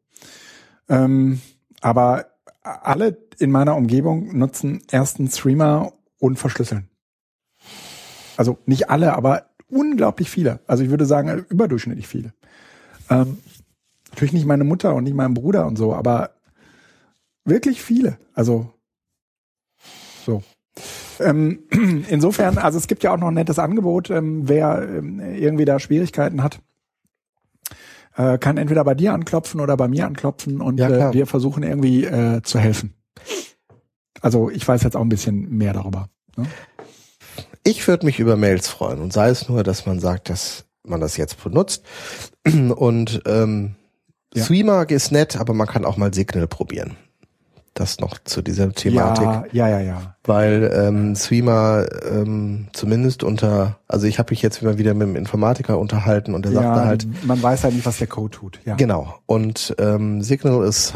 Aber alle in meiner Umgebung nutzen erstens Streamer und verschlüsseln. Also nicht alle, aber unglaublich viele. Also ich würde sagen, überdurchschnittlich viele. Natürlich nicht meine Mutter und nicht mein Bruder und so, aber wirklich viele. Also so. Insofern, also es gibt ja auch noch ein nettes Angebot. Wer irgendwie da Schwierigkeiten hat, kann entweder bei dir anklopfen oder bei mir anklopfen und wir versuchen irgendwie zu helfen. Also ich weiß jetzt auch ein bisschen mehr darüber. Ne? Ich würde mich über Mails freuen und sei es nur, dass man sagt, dass man das jetzt benutzt und Streamer ist nett, aber man kann auch mal Signal probieren. Das noch zu dieser Thematik. Ja. Weil Streamer zumindest also ich habe mich jetzt immer wieder mit einem Informatiker unterhalten und der sagte halt, man weiß halt nicht, was der Code tut. Ja. Genau. Und Signal ist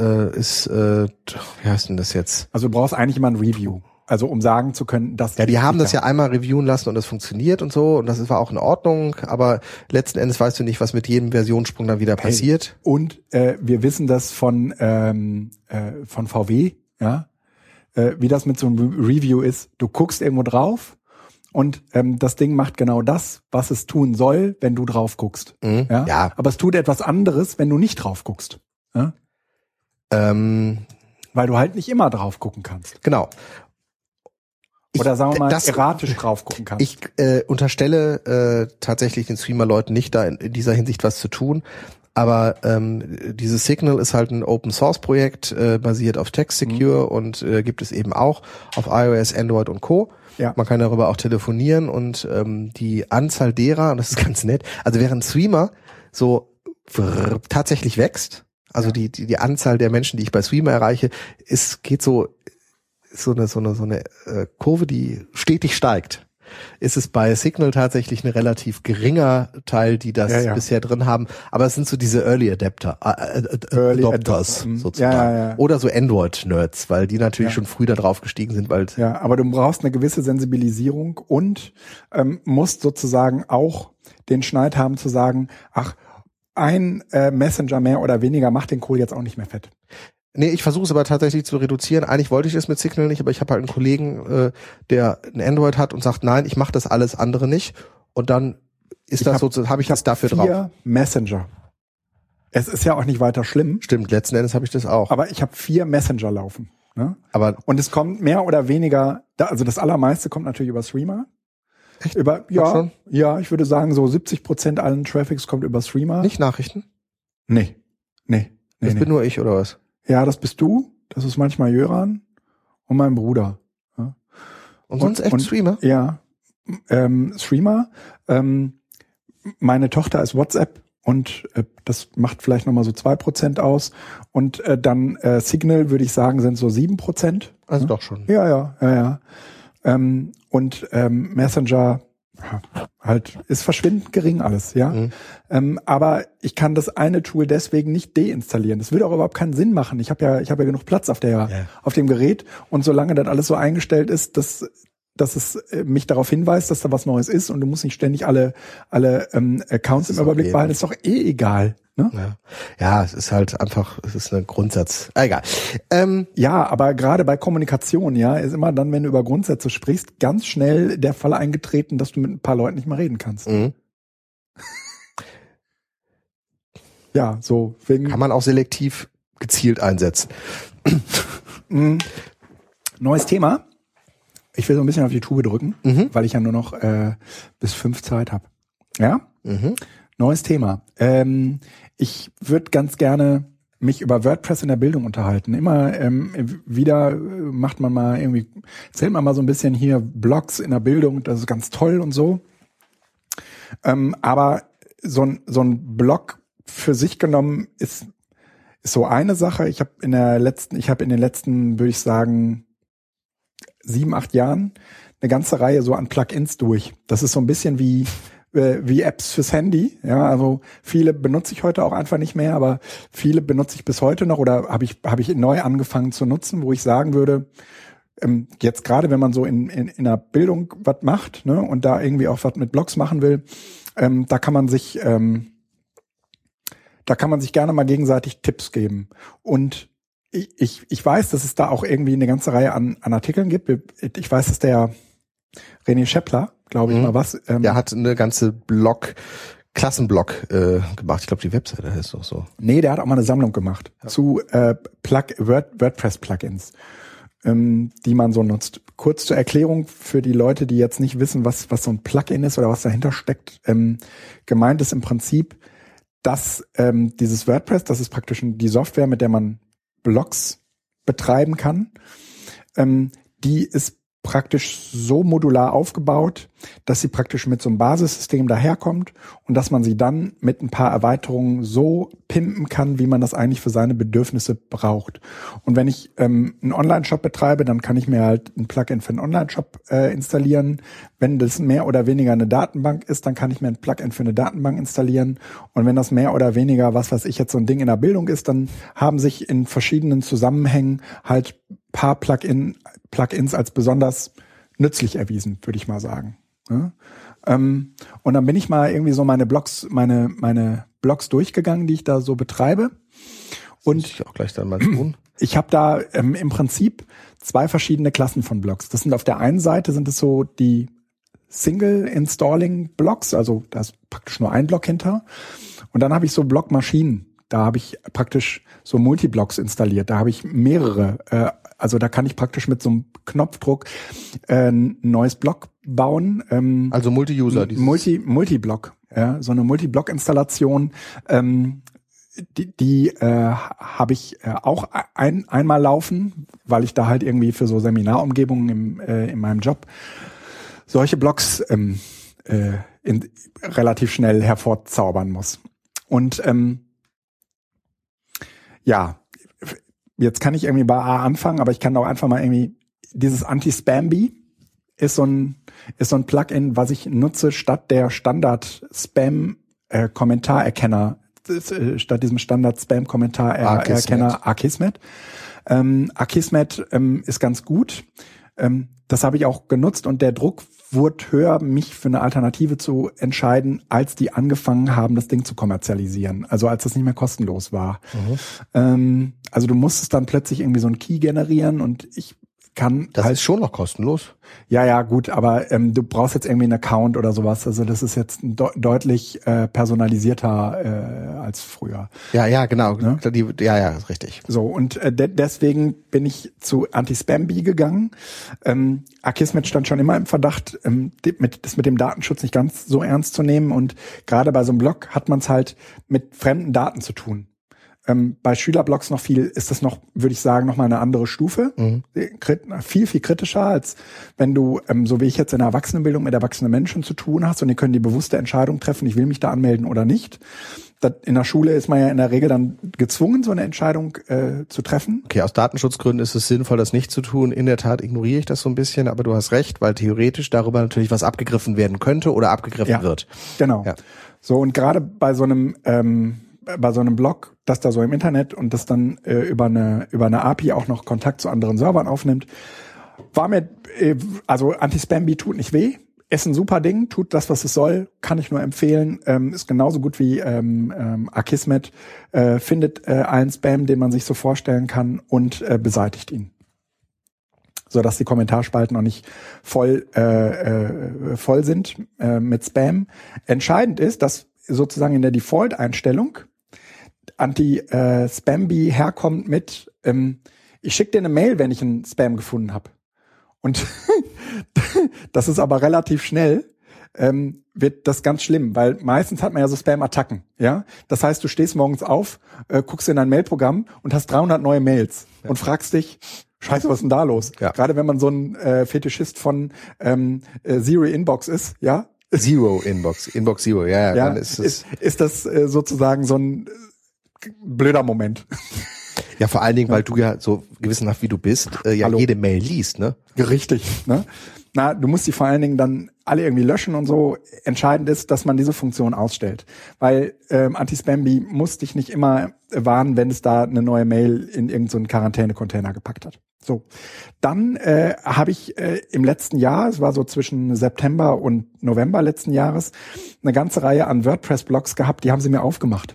wie heißt denn das jetzt? Also du brauchst eigentlich immer ein Review. Also um sagen zu können, dass... Ja, die haben das ja einmal reviewen lassen und das funktioniert und so und das war auch in Ordnung, aber letzten Endes weißt du nicht, was mit jedem Versionssprung dann wieder passiert. Und wir wissen das von VW, ja, wie das mit so einem Review ist. Du guckst irgendwo drauf und das Ding macht genau das, was es tun soll, wenn du drauf guckst. Mhm. Ja. Aber es tut etwas anderes, wenn du nicht drauf guckst. Ja? Weil du halt nicht immer drauf gucken kannst. Genau. Oder sagen wir mal, erratisch drauf gucken kannst. Ich unterstelle tatsächlich den Streamer-Leuten nicht, da in dieser Hinsicht was zu tun. Aber dieses Signal ist halt ein Open-Source-Projekt, basiert auf TextSecure und gibt es eben auch auf iOS, Android und Co. Ja. Man kann darüber auch telefonieren und die Anzahl derer, und das ist ganz nett, also während Streamer so tatsächlich wächst, also die Anzahl der Menschen, die ich bei Streamer erreiche, geht so eine Kurve, die stetig steigt. Ist es bei Signal tatsächlich ein relativ geringer Teil, die das bisher drin haben, aber es sind so diese Early Adopters sozusagen. Ja. Oder so Android-Nerds, weil die natürlich schon früh da drauf gestiegen sind. Aber du brauchst eine gewisse Sensibilisierung und musst sozusagen auch den Schneid haben zu sagen, ein Messenger mehr oder weniger macht den Kohl jetzt auch nicht mehr fett. Nee, ich versuche es aber tatsächlich zu reduzieren. Eigentlich wollte ich das mit Signal nicht, aber ich habe halt einen Kollegen, der ein Android hat und sagt, nein, ich mache das alles andere nicht. Und dann habe ich das dafür drauf. 4 Messenger. Es ist ja auch nicht weiter schlimm. Stimmt, letzten Endes habe ich das auch. Aber ich habe 4 Messenger laufen. Ne? Und es kommt mehr oder weniger, also das allermeiste kommt natürlich über Streamer. Echt? Ich würde sagen, so 70% allen Traffics kommt über Streamer. Nicht Nachrichten? Nee. Das bin nur ich, oder was? Ja, das bist du, das ist manchmal Jöran und mein Bruder. Ja. Und sonst echt Streamer? Ja, Streamer. Meine Tochter ist WhatsApp und das macht vielleicht nochmal so 2% aus. Und dann Signal, würde ich sagen, sind so 7%. Also doch schon. Ja. Und Messenger halt ist verschwindend gering alles, ja. Aber ich kann das eine Tool deswegen nicht deinstallieren. Das würde auch überhaupt keinen Sinn machen. Ich habe ja genug Platz auf dem Gerät und solange das alles so eingestellt ist, dass es mich darauf hinweist, dass da was Neues ist und du musst nicht ständig alle Accounts im Überblick behalten, ist doch egal. Ne? Ja, es ist halt einfach, es ist ein Grundsatz. Egal. Ja, aber gerade bei Kommunikation, ist immer dann, wenn du über Grundsätze sprichst, ganz schnell der Fall eingetreten, dass du mit ein paar Leuten nicht mehr reden kannst. Mhm. Ja, so wegen. Kann man auch selektiv gezielt einsetzen. Neues Thema. Ich will so ein bisschen auf die Tube drücken, weil ich ja nur noch bis 5 Zeit habe. Ja? Neues Thema. Ich würde ganz gerne mich über WordPress in der Bildung unterhalten. Immer wieder macht man mal irgendwie, erzählt man mal so ein bisschen hier Blogs in der Bildung, das ist ganz toll und so. Aber so ein Blog für sich genommen ist so eine Sache. Ich habe in den letzten, würde ich sagen, 7, 8 Jahren eine ganze Reihe so an Plugins durch. Das ist so ein bisschen wie Apps fürs Handy. Ja, also viele benutze ich heute auch einfach nicht mehr, aber viele benutze ich bis heute noch oder habe ich neu angefangen zu nutzen, wo ich sagen würde, jetzt gerade wenn man so in der Bildung was macht, ne, und da irgendwie auch was mit Blogs machen will, da kann man sich gerne mal gegenseitig Tipps geben. Und ich weiß, dass es da auch irgendwie eine ganze Reihe an Artikeln gibt. Ich weiß, dass der René Scheppler, glaube ich mal was. Der hat eine ganze Klassenblog gemacht. Ich glaube, die Webseite heißt doch so. Nee, der hat auch mal eine Sammlung gemacht zu WordPress-Plugins, die man so nutzt. Kurz zur Erklärung für die Leute, die jetzt nicht wissen, was so ein Plugin ist oder was dahinter steckt. Gemeint ist im Prinzip, dass dieses WordPress, das ist praktisch die Software, mit der man Blogs betreiben kann, die ist praktisch so modular aufgebaut, dass sie praktisch mit so einem Basissystem daherkommt und dass man sie dann mit ein paar Erweiterungen so pimpen kann, wie man das eigentlich für seine Bedürfnisse braucht. Und wenn ich einen Online-Shop betreibe, dann kann ich mir halt ein Plugin für einen Online-Shop installieren. Wenn das mehr oder weniger eine Datenbank ist, dann kann ich mir ein Plugin für eine Datenbank installieren. Und wenn das mehr oder weniger, was weiß ich, jetzt so ein Ding in der Bildung ist, dann haben sich in verschiedenen Zusammenhängen halt paar Plugins als besonders nützlich erwiesen, würde ich mal sagen. Ja? Und dann bin ich mal irgendwie so meine Blogs durchgegangen, die ich da so betreibe. Und ich auch gleich dann mal tun. Ich habe da im Prinzip 2 verschiedene Klassen von Blogs. Das sind auf der einen Seite sind es so die Single-Installing-Blogs, also da ist praktisch nur ein Block hinter. Und dann habe ich so Blogmaschinen. Da habe ich praktisch so Multiblogs installiert. Da habe ich mehrere. Also da kann ich praktisch mit so einem Knopfdruck ein neues Blog bauen. Also Multi-User. Multiblog. Ja, so eine Multiblog-Installation. Die habe ich auch einmal laufen, weil ich da halt irgendwie für so Seminarumgebungen in meinem Job solche Blogs relativ schnell hervorzaubern muss. Und ja, jetzt kann ich irgendwie bei A anfangen, aber ich kann auch einfach mal irgendwie dieses Anti-Spam-Bee ist so ein Plugin, was ich nutze statt der Standard-Spam-Kommentarerkenner, statt diesem Standard-Spam-Kommentarerkenner Akismet. Akismet ist ganz gut. Das habe ich auch genutzt und der Druck wurde höher, mich für eine Alternative zu entscheiden, als die angefangen haben, das Ding zu kommerzialisieren. Also als das nicht mehr kostenlos war. Also du musstest dann plötzlich irgendwie so einen Key generieren und ich kann das ist schon noch kostenlos. Ja, gut, aber du brauchst jetzt irgendwie einen Account oder sowas. Also das ist jetzt deutlich personalisierter als früher. Ja, genau. Ne? Ja, richtig. So, und deswegen bin ich zu Anti-Spam-Bee gegangen. Akismet stand schon immer im Verdacht, das mit dem Datenschutz nicht ganz so ernst zu nehmen. Und gerade bei so einem Blog hat man es halt mit fremden Daten zu tun. Bei Schülerblogs ist das noch, würde ich sagen, noch mal eine andere Stufe. Viel, viel kritischer, als wenn du, so wie ich jetzt in der Erwachsenenbildung mit erwachsenen Menschen zu tun hast und die können die bewusste Entscheidung treffen, ich will mich da anmelden oder nicht. In der Schule ist man ja in der Regel dann gezwungen, so eine Entscheidung zu treffen. Okay, aus Datenschutzgründen ist es sinnvoll, das nicht zu tun. In der Tat ignoriere ich das so ein bisschen, aber du hast recht, weil theoretisch darüber natürlich was abgegriffen werden könnte oder abgegriffen wird. Genau. Ja. So, und gerade bei so einem Blog, das da so im Internet und das dann über eine API auch noch Kontakt zu anderen Servern aufnimmt, war mir, also Anti-Spam-Bee tut nicht weh, ist ein super Ding, tut das, was es soll, kann ich nur empfehlen, ist genauso gut wie Akismet, findet allen Spam, den man sich so vorstellen kann und beseitigt ihn. So dass die Kommentarspalten noch nicht voll sind mit Spam. Entscheidend ist, dass sozusagen in der Default-Einstellung Anti-Spam-Bee herkommt mit, ich schicke dir eine Mail, wenn ich einen Spam gefunden habe. Und das ist aber relativ schnell, wird das ganz schlimm, weil meistens hat man ja so Spam-Attacken, ja. Das heißt, du stehst morgens auf, guckst in dein Mailprogramm und hast 300 neue Mails und fragst dich, Scheiße, was ist denn da los? Ja. Gerade wenn man so ein Fetischist von Zero Inbox ist, ja. Zero Inbox Zero, ja. Dann ist das sozusagen so ein blöder Moment. Ja, vor allen Dingen, weil du ja so gewissenhaft wie du bist, jede Mail liest, ne? Richtig, ne? Na, du musst die vor allen Dingen dann alle irgendwie löschen und so. Entscheidend ist, dass man diese Funktion ausstellt. Weil Anti-Spam-Bee muss dich nicht immer warnen, wenn es da eine neue Mail in irgendeinen Quarantäne-Container gepackt hat. So, dann habe ich im letzten Jahr, es war so zwischen September und November letzten Jahres, eine ganze Reihe an WordPress-Blogs gehabt, die haben sie mir aufgemacht.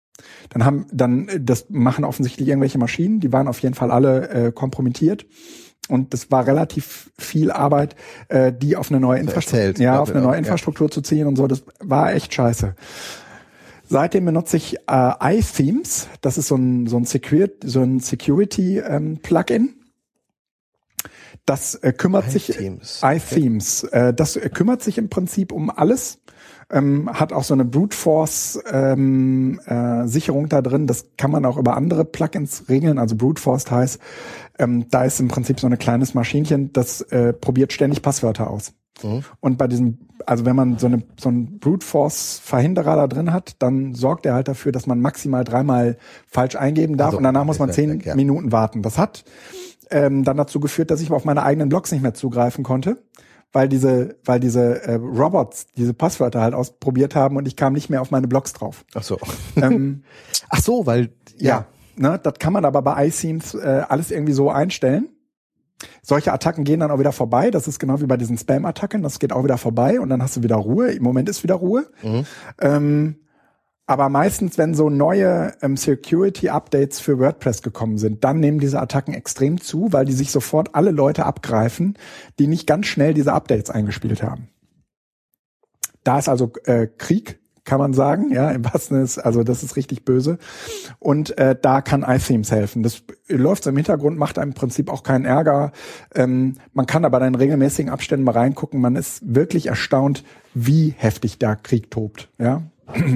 Das machen offensichtlich irgendwelche Maschinen, die waren auf jeden Fall alle kompromittiert. Und das war relativ viel Arbeit, die auf eine neue Infrastruktur zu ziehen und so. Das war echt scheiße. Seitdem benutze ich iThemes. Das ist so ein Security-Plugin. Das kümmert sich iThemes. Das kümmert sich im Prinzip um alles. Hat auch so eine Brute Force Sicherung da drin. Das kann man auch über andere Plugins regeln. Also Brute Force heißt, da ist im Prinzip so ein kleines Maschinchen, das probiert ständig Passwörter aus. Mhm. Und bei diesem, also wenn man so einen Brute Force Verhinderer da drin hat, dann sorgt er halt dafür, dass man maximal 3-mal falsch eingeben darf und danach muss man 10 Minuten warten. Das hat dann dazu geführt, dass ich auf meine eigenen Blogs nicht mehr zugreifen konnte, weil diese Robots diese Passwörter halt ausprobiert haben und ich kam nicht mehr auf meine Blogs drauf. Ach so. Weil ne, das kann man aber bei iThemes alles irgendwie so einstellen. Solche Attacken gehen dann auch wieder vorbei. Das ist genau wie bei diesen Spam-Attacken. Das geht auch wieder vorbei und dann hast du wieder Ruhe. Im Moment ist wieder Ruhe. Mhm. Aber meistens, wenn so neue Security-Updates für WordPress gekommen sind, dann nehmen diese Attacken extrem zu, weil die sich sofort alle Leute abgreifen, die nicht ganz schnell diese Updates eingespielt haben. Da ist also Krieg, kann man sagen, ja, im wahrsten Sinne, also das ist richtig böse. Und da kann iThemes helfen. Das läuft so im Hintergrund, macht einem im Prinzip auch keinen Ärger. Man kann aber in regelmäßigen Abständen mal reingucken. Man ist wirklich erstaunt, wie heftig da Krieg tobt, ja.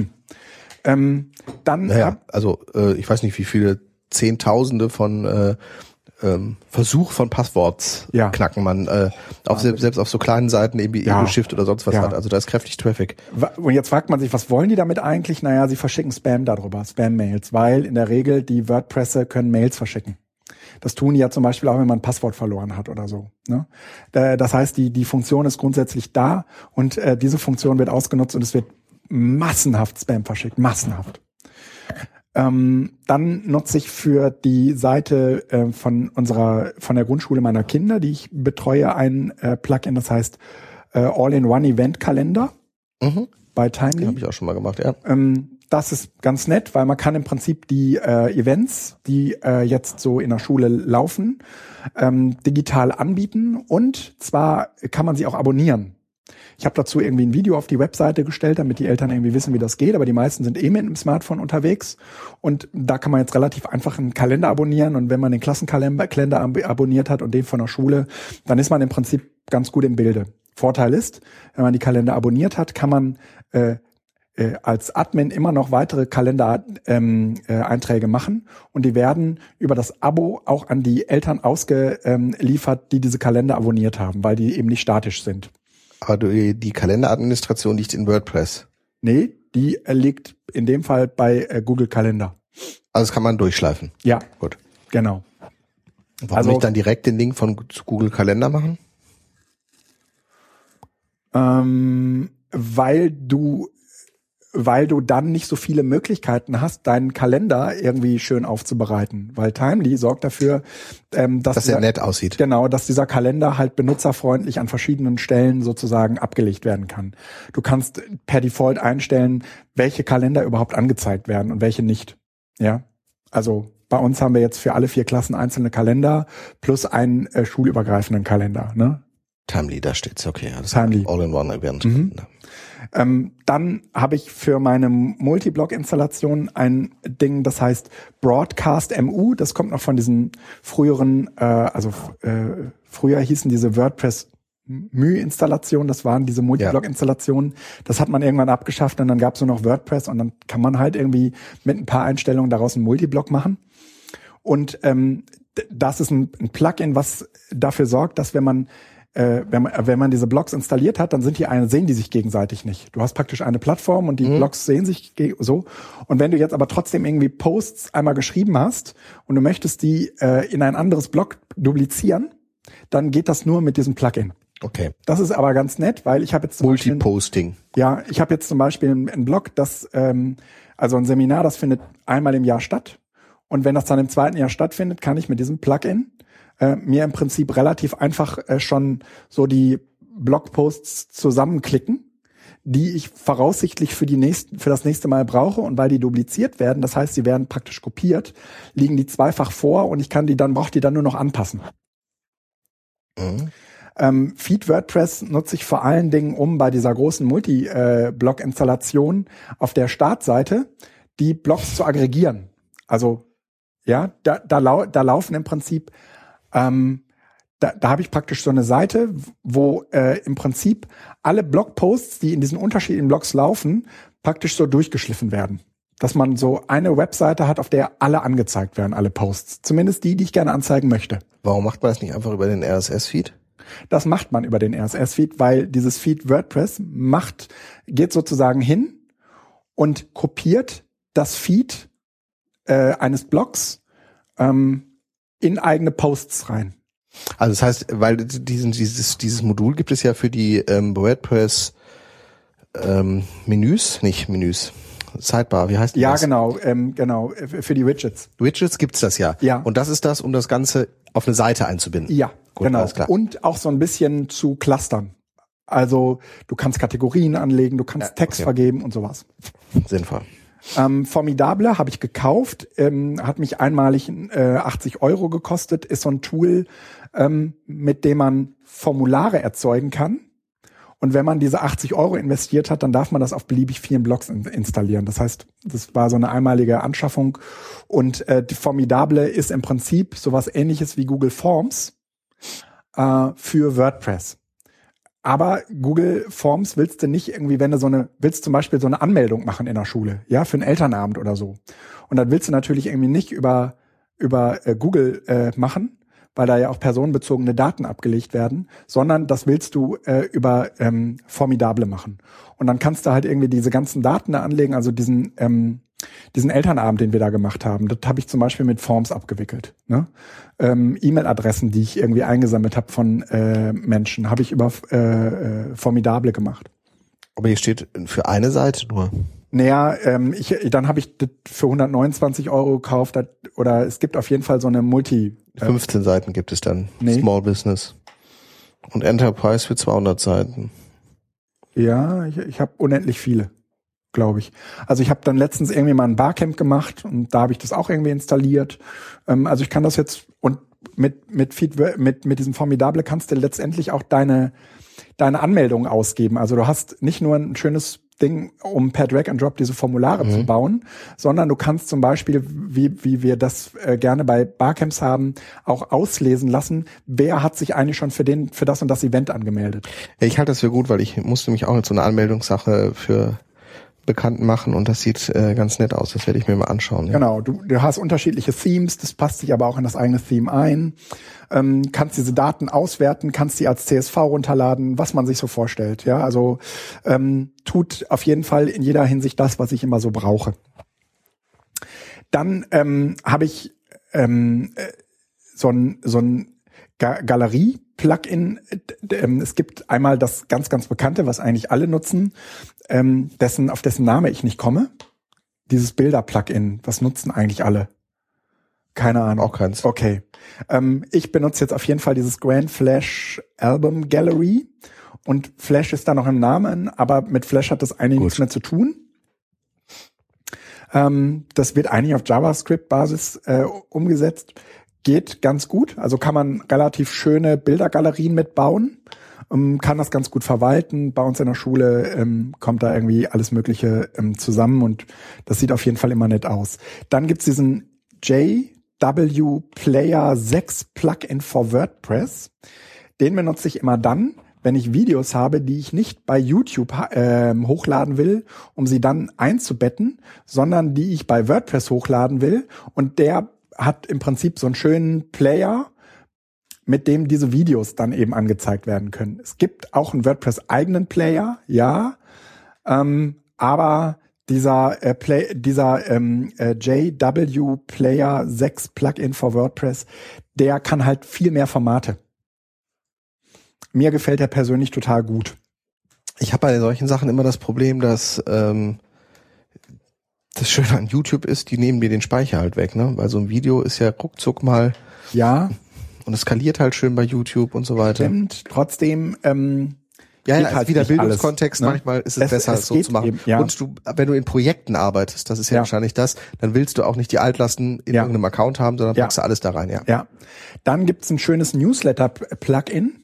Ich weiß nicht, wie viele Zehntausende von Versuch von Passworts knacken man selbst auf so kleinen Seiten, eben wie Ego-Shift oder sonst was hat. Also da ist kräftig Traffic. Und jetzt fragt man sich, was wollen die damit eigentlich? Naja, sie verschicken Spam darüber, Spam-Mails, weil in der Regel die WordPresser können Mails verschicken. Das tun die ja zum Beispiel auch, wenn man ein Passwort verloren hat oder so. Ne? Das heißt, die Funktion ist grundsätzlich da und diese Funktion wird ausgenutzt und es wird massenhaft Spam verschickt, massenhaft. Dann nutze ich für die Seite von der Grundschule meiner Kinder, die ich betreue, ein Plugin, das heißt All-in-One-Event-Kalender bei Timely. Habe ich auch schon mal gemacht, ja. Das ist ganz nett, weil man kann im Prinzip die Events, die jetzt so in der Schule laufen, digital anbieten und zwar kann man sie auch abonnieren. Ich habe dazu irgendwie ein Video auf die Webseite gestellt, damit die Eltern irgendwie wissen, wie das geht. Aber die meisten sind mit dem Smartphone unterwegs. Und da kann man jetzt relativ einfach einen Kalender abonnieren. Und wenn man den Klassenkalender abonniert hat und den von der Schule, dann ist man im Prinzip ganz gut im Bilde. Vorteil ist, wenn man die Kalender abonniert hat, kann man als Admin immer noch weitere Kalender-Einträge machen. Und die werden über das Abo auch an die Eltern ausgeliefert, die diese Kalender abonniert haben, weil die eben nicht statisch sind. Aber die Kalenderadministration liegt in WordPress? Nee, die liegt in dem Fall bei Google Kalender. Also das kann man durchschleifen? Ja. Gut. Genau. Warum nicht dann direkt den Link zu Google Kalender machen? Weil du dann nicht so viele Möglichkeiten hast, deinen Kalender irgendwie schön aufzubereiten. Weil Timely sorgt dafür, dass er nett aussieht. Genau, dass dieser Kalender halt benutzerfreundlich an verschiedenen Stellen sozusagen abgelegt werden kann. Du kannst per Default einstellen, welche Kalender überhaupt angezeigt werden und welche nicht. Ja, also bei uns haben wir jetzt für alle 4 Klassen einzelne Kalender plus einen schulübergreifenden Kalender. Ne? Timely, da steht's, okay. Das Timely. All-in-One-Event. Dann habe ich für meine Multiblog-Installation ein Ding, das heißt Broadcast MU. Das kommt noch von diesen früheren, früher hießen diese WordPress Installationen, das waren diese Multiblog-Installationen. Das hat man irgendwann abgeschafft und dann gab es nur noch WordPress und dann kann man halt irgendwie mit ein paar Einstellungen daraus einen Multiblog machen. Und das ist ein Plugin, was dafür sorgt, dass wenn man diese Blogs installiert hat, dann sehen die sich gegenseitig nicht. Du hast praktisch eine Plattform und die Blogs sehen sich so. Und wenn du jetzt aber trotzdem irgendwie Posts einmal geschrieben hast und du möchtest die in ein anderes Blog duplizieren, dann geht das nur mit diesem Plugin. Okay. Das ist aber ganz nett, weil ich habe jetzt Multiposting. Ich habe jetzt zum Beispiel einen Blog, also ein Seminar, das findet einmal im Jahr statt. Und wenn das dann im zweiten Jahr stattfindet, kann ich mit diesem Plugin mir im Prinzip relativ einfach schon so die Blogposts zusammenklicken, die ich voraussichtlich für das nächste Mal brauche. Und weil die dupliziert werden, das heißt, sie werden praktisch kopiert, liegen die zweifach vor und ich brauche die dann nur noch anpassen. Feed WordPress nutze ich vor allen Dingen, um bei dieser großen Multi-Blog-Installation auf der Startseite die Blogs zu aggregieren. Also ja, da laufen im Prinzip, da habe ich praktisch so eine Seite, wo im Prinzip alle Blogposts, die in diesen unterschiedlichen Blogs laufen, praktisch so durchgeschliffen werden. Dass man so eine Webseite hat, auf der alle angezeigt werden, alle Posts. Zumindest die ich gerne anzeigen möchte. Warum macht man das nicht einfach über den RSS-Feed? Das macht man über den RSS-Feed, weil dieses Feed WordPress geht sozusagen hin und kopiert das Feed eines Blogs in eigene Posts rein. Also das heißt, weil dieses Modul gibt es ja für die WordPress Menüs, Sidebar, wie heißt das? Ja, genau, für die Widgets. Widgets gibt's das ja. Ja. Und das ist das, um das Ganze auf eine Seite einzubinden. Ja, gut, genau. Alles klar. Und auch so ein bisschen zu clustern. Also du kannst Kategorien anlegen, du kannst Text vergeben und sowas. Sinnvoll. Formidable habe ich gekauft, hat mich einmalig 80 € gekostet, ist so ein Tool, mit dem man Formulare erzeugen kann. Und wenn man diese 80 € investiert hat, dann darf man das auf beliebig vielen Blogs installieren. Das heißt, das war so eine einmalige Anschaffung. Und die Formidable ist im Prinzip sowas Ähnliches wie Google Forms für WordPress. Aber Google Forms willst du nicht irgendwie, willst zum Beispiel so eine Anmeldung machen in der Schule, ja, für einen Elternabend oder so. Und dann willst du natürlich irgendwie nicht über Google machen, weil da ja auch personenbezogene Daten abgelegt werden, sondern das willst du über Formidable machen. Und dann kannst du halt irgendwie diese ganzen Daten da anlegen, also diesen Elternabend, den wir da gemacht haben, das habe ich zum Beispiel mit Forms abgewickelt. Ne? E-Mail-Adressen, die ich irgendwie eingesammelt habe von Menschen, habe ich über Formidable gemacht. Aber hier steht für eine Seite nur. Naja, dann habe ich das für 129 € gekauft, oder es gibt auf jeden Fall so eine 15 Seiten gibt es dann. Nee. Small Business. Und Enterprise für 200 Seiten. Ja, ich habe unendlich viele, glaube ich. Also ich habe dann letztens irgendwie mal ein Barcamp gemacht und da habe ich das auch irgendwie installiert. Also ich kann das jetzt, und mit diesem Formidable kannst du letztendlich auch deine Anmeldung ausgeben. Also du hast nicht nur ein schönes Ding, um per Drag and Drop diese Formulare zu bauen, sondern du kannst zum Beispiel, wie wir das gerne bei Barcamps haben, auch auslesen lassen, wer hat sich eigentlich schon für das und das Event angemeldet. Ich halte das für gut, weil ich musste mich auch mit so einer Anmeldungssache für bekannt machen und das sieht ganz nett aus. Das werde ich mir mal anschauen. Ja. Genau, du hast unterschiedliche Themes, das passt sich aber auch in das eigene Theme ein. Kannst diese Daten auswerten, kannst die als CSV runterladen, was man sich so vorstellt. Ja, also tut auf jeden Fall in jeder Hinsicht das, was ich immer so brauche. Dann habe ich so ein Galerie-Plugin. Es gibt einmal das ganz, ganz bekannte, was eigentlich alle nutzen, auf dessen Name ich nicht komme. Dieses Bilder-Plugin, was nutzen eigentlich alle? Keine Ahnung. Auch keins. Okay. Ich benutze jetzt auf jeden Fall dieses Grand Flash Album Gallery. Und Flash ist da noch im Namen, aber mit Flash hat das eigentlich nichts mehr zu tun. Das wird eigentlich auf JavaScript-Basis umgesetzt. Geht ganz gut. Also kann man relativ schöne Bildergalerien mitbauen. Kann das ganz gut verwalten. Bei uns in der Schule kommt da irgendwie alles Mögliche zusammen und das sieht auf jeden Fall immer nett aus. Dann gibt's diesen Player 6 Plugin for WordPress. Den benutze ich immer dann, wenn ich Videos habe, die ich nicht bei YouTube hochladen will, um sie dann einzubetten, sondern die ich bei WordPress hochladen will. Und der hat im Prinzip so einen schönen Player, mit dem diese Videos dann eben angezeigt werden können. Es gibt auch einen WordPress-eigenen Player, ja, aber dieser JW Player 6 Plugin for WordPress, der kann halt viel mehr Formate. Mir gefällt der persönlich total gut. Ich habe bei solchen Sachen immer das Problem, dass das Schöne an YouTube ist, die nehmen mir den Speicher halt weg, ne? Weil so ein Video ist ja ruckzuck mal. Ja. Und es skaliert halt schön bei YouTube und so weiter. Stimmt, trotzdem ja, halt wieder nicht Bildungskontext, alles, ne? Manchmal ist es besser, es so zu machen. Eben, ja. Und wenn du in Projekten arbeitest, das ist ja wahrscheinlich das, dann willst du auch nicht die Altlasten in irgendeinem Account haben, sondern packst du alles da rein, ja. Ja. Dann gibt's ein schönes Newsletter-Plugin.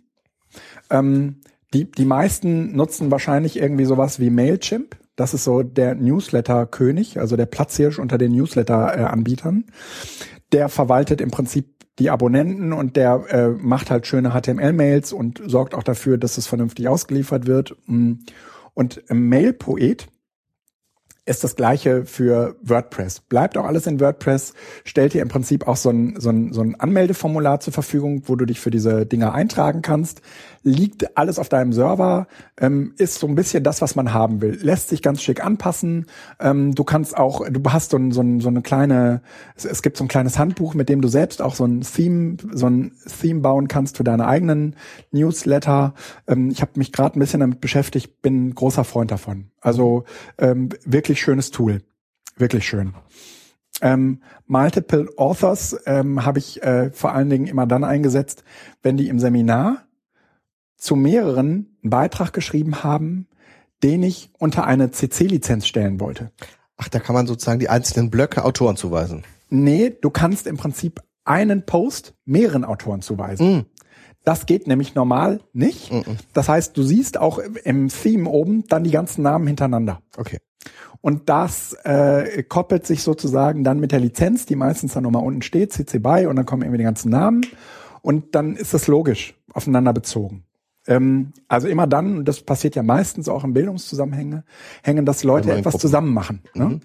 Die meisten nutzen wahrscheinlich irgendwie sowas wie Mailchimp. Das ist so der Newsletter-König, also der Platzhirsch unter den Newsletter-Anbietern. Der verwaltet im Prinzip die Abonnenten und der macht halt schöne HTML-Mails und sorgt auch dafür, dass es vernünftig ausgeliefert wird. Und Mailpoet ist das Gleiche für WordPress. Bleibt auch alles in WordPress, stellt dir im Prinzip auch so ein Anmeldeformular zur Verfügung, wo du dich für diese Dinger eintragen kannst. Liegt alles auf deinem Server, ist so ein bisschen das, was man haben will. Lässt sich ganz schick anpassen. Du hast so eine kleine, es gibt so ein kleines Handbuch, mit dem du selbst auch so ein Theme bauen kannst für deine eigenen Newsletter. Ich habe mich gerade ein bisschen damit beschäftigt, bin ein großer Freund davon. Also wirklich schönes Tool. Wirklich schön. Multiple Authors habe ich vor allen Dingen immer dann eingesetzt, wenn die im Seminar zu mehreren einen Beitrag geschrieben haben, den ich unter eine CC-Lizenz stellen wollte. Ach, da kann man sozusagen die einzelnen Blöcke Autoren zuweisen. Nee, du kannst im Prinzip einen Post mehreren Autoren zuweisen. Das geht nämlich normal nicht. Das heißt, du siehst auch im Theme oben dann die ganzen Namen hintereinander. Okay. Und das koppelt sich sozusagen dann mit der Lizenz, die meistens dann nochmal unten steht, CC BY, und dann kommen irgendwie die ganzen Namen. Und dann ist das logisch aufeinander bezogen. Also immer dann, und das passiert ja meistens auch in Bildungszusammenhängen, dass Leute etwas zusammen machen. Ne?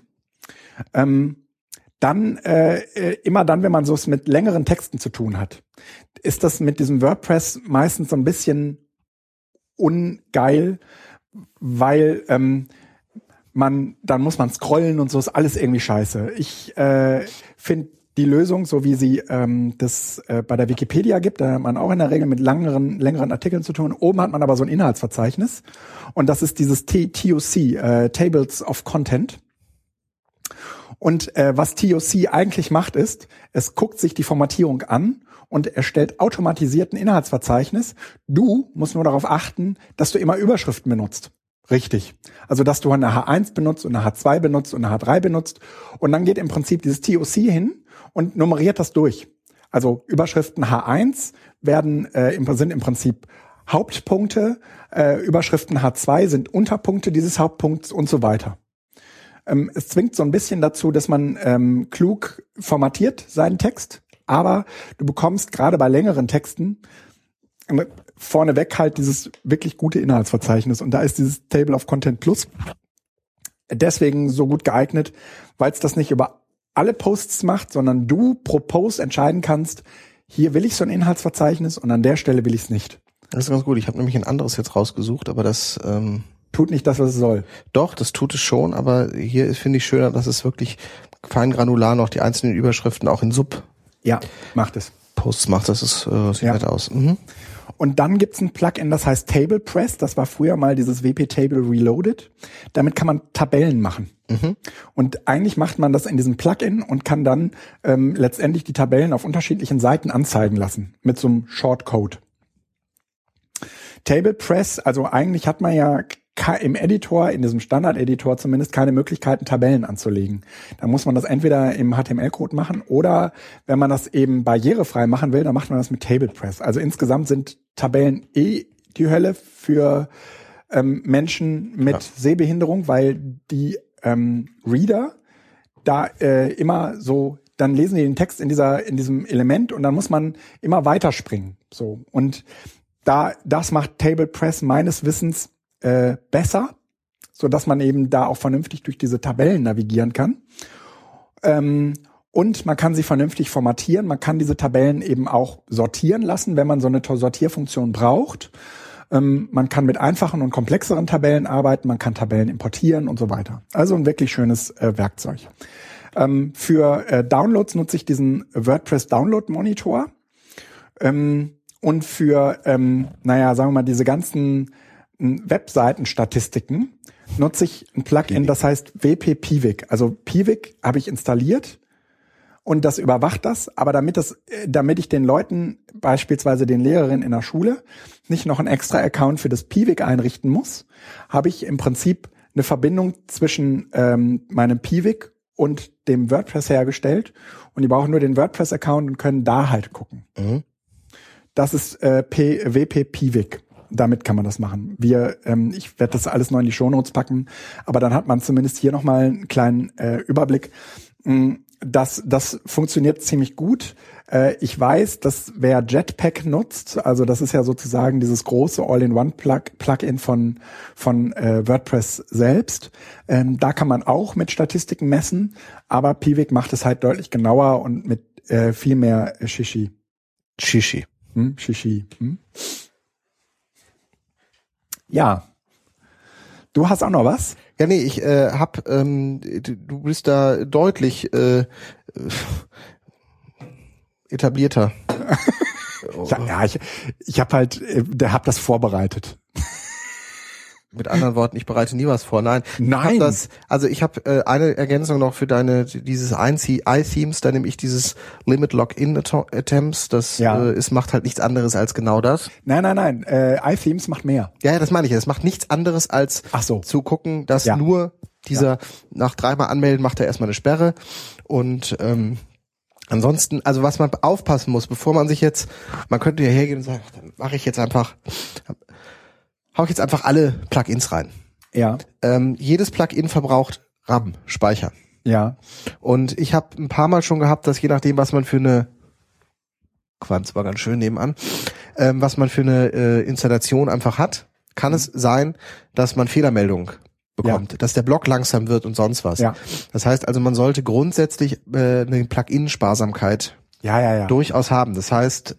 Dann immer dann, wenn man so es mit längeren Texten zu tun hat, ist das mit diesem WordPress meistens so ein bisschen ungeil, weil dann muss man scrollen und so, ist alles irgendwie scheiße. Ich finde die Lösung, so wie sie das bei der Wikipedia gibt, da hat man auch in der Regel mit längeren Artikeln zu tun. Oben hat man aber so ein Inhaltsverzeichnis und das ist dieses TOC, Tables of Content. Und was TOC eigentlich macht, ist, es guckt sich die Formatierung an und erstellt automatisiert ein Inhaltsverzeichnis. Du musst nur darauf achten, dass du immer Überschriften benutzt. Richtig. Also, dass du eine H1 benutzt und eine H2 benutzt und eine H3 benutzt. Und dann geht im Prinzip dieses TOC hin und nummeriert das durch. Also, Überschriften H1 sind im Prinzip Hauptpunkte. Überschriften H2 sind Unterpunkte dieses Hauptpunkts und so weiter. Es zwingt so ein bisschen dazu, dass man klug formatiert seinen Text. Aber du bekommst gerade bei längeren Texten vorneweg halt dieses wirklich gute Inhaltsverzeichnis. Und da ist dieses Table of Content Plus deswegen so gut geeignet, weil es das nicht über alle Posts macht, sondern du pro Post entscheiden kannst, hier will ich so ein Inhaltsverzeichnis und an der Stelle will ich es nicht. Das ist ganz gut. Ich habe nämlich ein anderes jetzt rausgesucht, aber das tut nicht das, was es soll. Doch, das tut es schon, aber hier finde ich schöner, dass es wirklich fein granular noch die einzelnen Überschriften auch in Ja, macht es. Posts macht. Das ist sieht nett aus. Und dann gibt's ein Plugin, das heißt Table Press. Das war früher mal dieses WP Table Reloaded. Damit kann man Tabellen machen. Und eigentlich macht man das in diesem Plugin und kann dann letztendlich die Tabellen auf unterschiedlichen Seiten anzeigen lassen mit so einem Shortcode. Table Press, also eigentlich hat man ja im Editor, in diesem Standard-Editor zumindest, keine Möglichkeiten, Tabellen anzulegen. Da muss man das entweder im HTML-Code machen oder wenn man das eben barrierefrei machen will, dann macht man das mit Table Press. Also insgesamt sind Tabellen die Hölle für Menschen mit Sehbehinderung, weil die Reader da immer so dann lesen die den Text in diesem Element und dann muss man immer weiterspringen. So. Und das macht TablePress meines Wissens besser, so dass man eben da auch vernünftig durch diese Tabellen navigieren kann. Und man kann sie vernünftig formatieren. Man kann diese Tabellen eben auch sortieren lassen, wenn man so eine Sortierfunktion braucht. Man kann mit einfachen und komplexeren Tabellen arbeiten. Man kann Tabellen importieren und so weiter. Also ein wirklich schönes Werkzeug. Für Downloads nutze ich diesen WordPress Download Monitor. Und für, sagen wir mal, diese ganzen Webseitenstatistiken nutze ich ein Plugin, das heißt WP Piwik. Also Piwik habe ich installiert und das überwacht das. Aber damit ich den Leuten, beispielsweise den Lehrerinnen in der Schule, nicht noch einen extra Account für das Piwik einrichten muss, habe ich im Prinzip eine Verbindung zwischen meinem Piwik und dem WordPress hergestellt. Und die brauchen nur den WordPress-Account und können da halt gucken. Mhm. Das ist WP Piwik. Damit kann man das machen. Ich werde das alles noch in die Shownotes packen, aber dann hat man zumindest hier nochmal einen kleinen Überblick. Das funktioniert ziemlich gut. Ich weiß, dass wer Jetpack nutzt, also das ist ja sozusagen dieses große All-in-One-Plugin von WordPress selbst, da kann man auch mit Statistiken messen, aber Piwik macht es halt deutlich genauer und mit viel mehr Shishi. Shishi. Shishi. Ja. Du hast auch noch was? Ja, nee, ich du bist da deutlich etablierter. Ich habe das vorbereitet. Mit anderen Worten, ich bereite nie was vor. Nein. Ich habe eine Ergänzung noch für dieses iThemes, da nehme ich dieses Limit Login Attempts, es macht halt nichts anderes als genau das. Nein, iThemes macht mehr. Ja, das meine ich. Es macht nichts anderes als zu gucken, dass nur dieser nach 3-mal anmelden macht er erstmal eine Sperre und ansonsten, also was man aufpassen muss, bevor man könnte ja hergehen und sagen, dann hau ich jetzt einfach alle Plugins rein. Ja. Jedes Plugin verbraucht RAM, Speicher. Ja. Und ich habe ein paar Mal schon gehabt, dass je nachdem, was man für eine Quanz war ganz schön nebenan, was man für eine Installation einfach hat, kann es sein, dass man Fehlermeldung bekommt, dass der Block langsam wird und sonst was. Ja. Das heißt also, man sollte grundsätzlich eine Plugin-Sparsamkeit durchaus haben. Das heißt,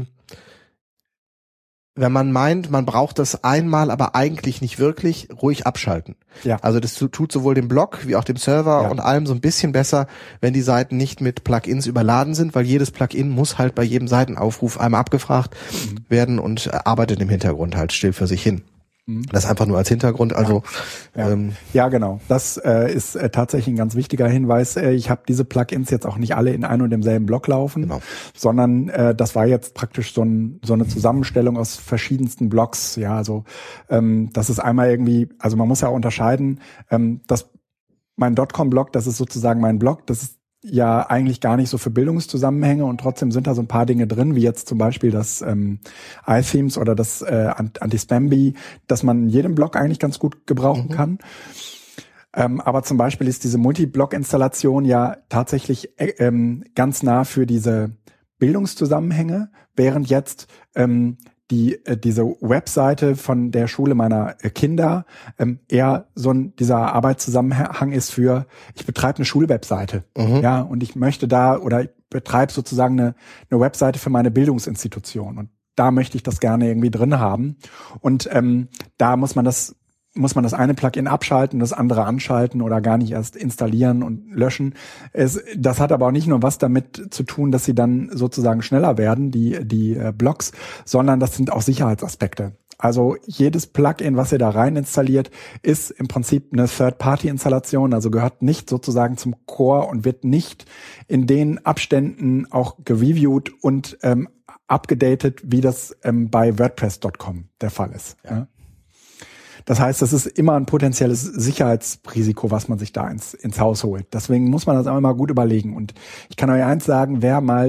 wenn man meint, man braucht das einmal, aber eigentlich nicht wirklich, ruhig abschalten. Ja. Also das tut sowohl dem Blog wie auch dem Server und allem so ein bisschen besser, wenn die Seiten nicht mit Plugins überladen sind, weil jedes Plugin muss halt bei jedem Seitenaufruf einmal abgefragt werden und arbeitet im Hintergrund halt still für sich hin. Das einfach nur als Hintergrund, also ja, genau. Das ist tatsächlich ein ganz wichtiger Hinweis. Ich habe diese Plugins jetzt auch nicht alle in einem und demselben Block laufen, sondern das war jetzt praktisch so eine Zusammenstellung aus verschiedensten Blocks. Ja, also das ist einmal irgendwie, also man muss ja auch unterscheiden, dass mein .com-Blog, das ist sozusagen mein Blog, das ist ja eigentlich gar nicht so für Bildungszusammenhänge und trotzdem sind da so ein paar Dinge drin, wie jetzt zum Beispiel das iThemes oder das Anti-Spamby, dass man in jedem Blog eigentlich ganz gut gebrauchen kann. Aber zum Beispiel ist diese Multi-Blog-Installation ja tatsächlich ganz nah für diese Bildungszusammenhänge, während jetzt diese Webseite von der Schule meiner Kinder eher dieser Arbeitszusammenhang ist für, ich betreibe eine Schulwebseite, ja, und ich möchte ich betreibe sozusagen eine Webseite für meine Bildungsinstitution und da möchte ich das gerne irgendwie drin haben und da muss man das eine Plugin abschalten, das andere anschalten oder gar nicht erst installieren und löschen. Das hat aber auch nicht nur was damit zu tun, dass sie dann sozusagen schneller werden, die Blogs, sondern das sind auch Sicherheitsaspekte. Also jedes Plugin, was ihr da rein installiert, ist im Prinzip eine Third-Party-Installation, also gehört nicht sozusagen zum Core und wird nicht in den Abständen auch gereviewt und abgedatet, wie das bei WordPress.com der Fall ist. Ja. Das heißt, das ist immer ein potenzielles Sicherheitsrisiko, was man sich da ins Haus holt. Deswegen muss man das auch immer gut überlegen. Und ich kann euch eins sagen, wer mal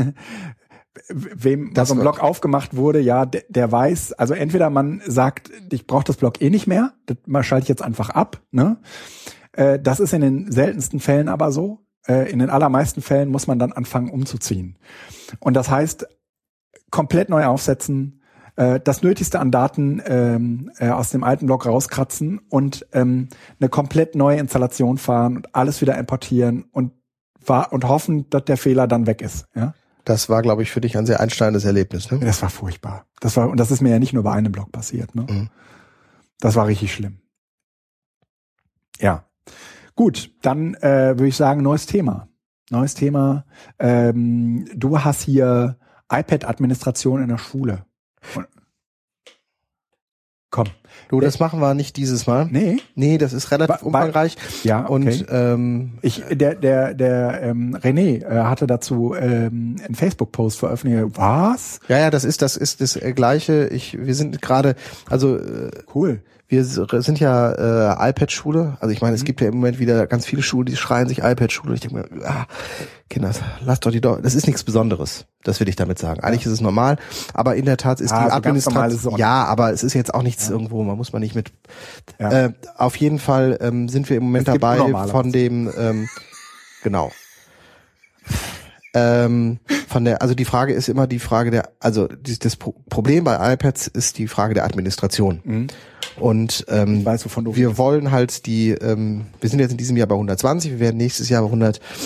wem so ein Blog aufgemacht wurde, ja, der weiß, also entweder man sagt, ich brauche das Blog eh nicht mehr, das schalte ich jetzt einfach ab, ne? Das ist in den seltensten Fällen aber so. in den allermeisten Fällen muss man dann anfangen umzuziehen. Und das heißt, komplett neu aufsetzen, das Nötigste an Daten aus dem alten Block rauskratzen und eine komplett neue Installation fahren und alles wieder importieren und hoffen, dass der Fehler dann weg ist. Ja? Das war, glaube ich, für dich ein sehr einschneidendes Erlebnis. Ne? Das war furchtbar. Und das ist mir ja nicht nur bei einem Block passiert. Ne? Mhm. Das war richtig schlimm. Ja. Gut, dann würde ich sagen, neues Thema. Du hast hier iPad-Administration in der Schule. Komm. Du, das machen wir nicht dieses Mal. Nee, das ist relativ umfangreich. Ja, okay. Und René hatte dazu einen Facebook-Post veröffentlicht. Was? Ja, das ist das Gleiche. Wir sind gerade, cool. Wir sind ja iPad-Schule. Also ich meine, es gibt ja im Moment wieder ganz viele Schulen, die schreien sich iPad-Schule. Ich denke mir, Kinder, lasst doch das ist nichts Besonderes. Das will ich damit sagen. Eigentlich ist es normal, aber in der Tat ist die Administration. Ja, aber es ist jetzt auch nichts irgendwo. Man muss nicht mit. Ja. Auf jeden Fall sind wir im Moment dabei von dem. Genau. Die Frage ist immer die Frage das Problem bei iPads ist die Frage der Administration. Mhm. Und wir wollen halt wir sind jetzt in diesem Jahr bei 120, wir werden nächstes Jahr bei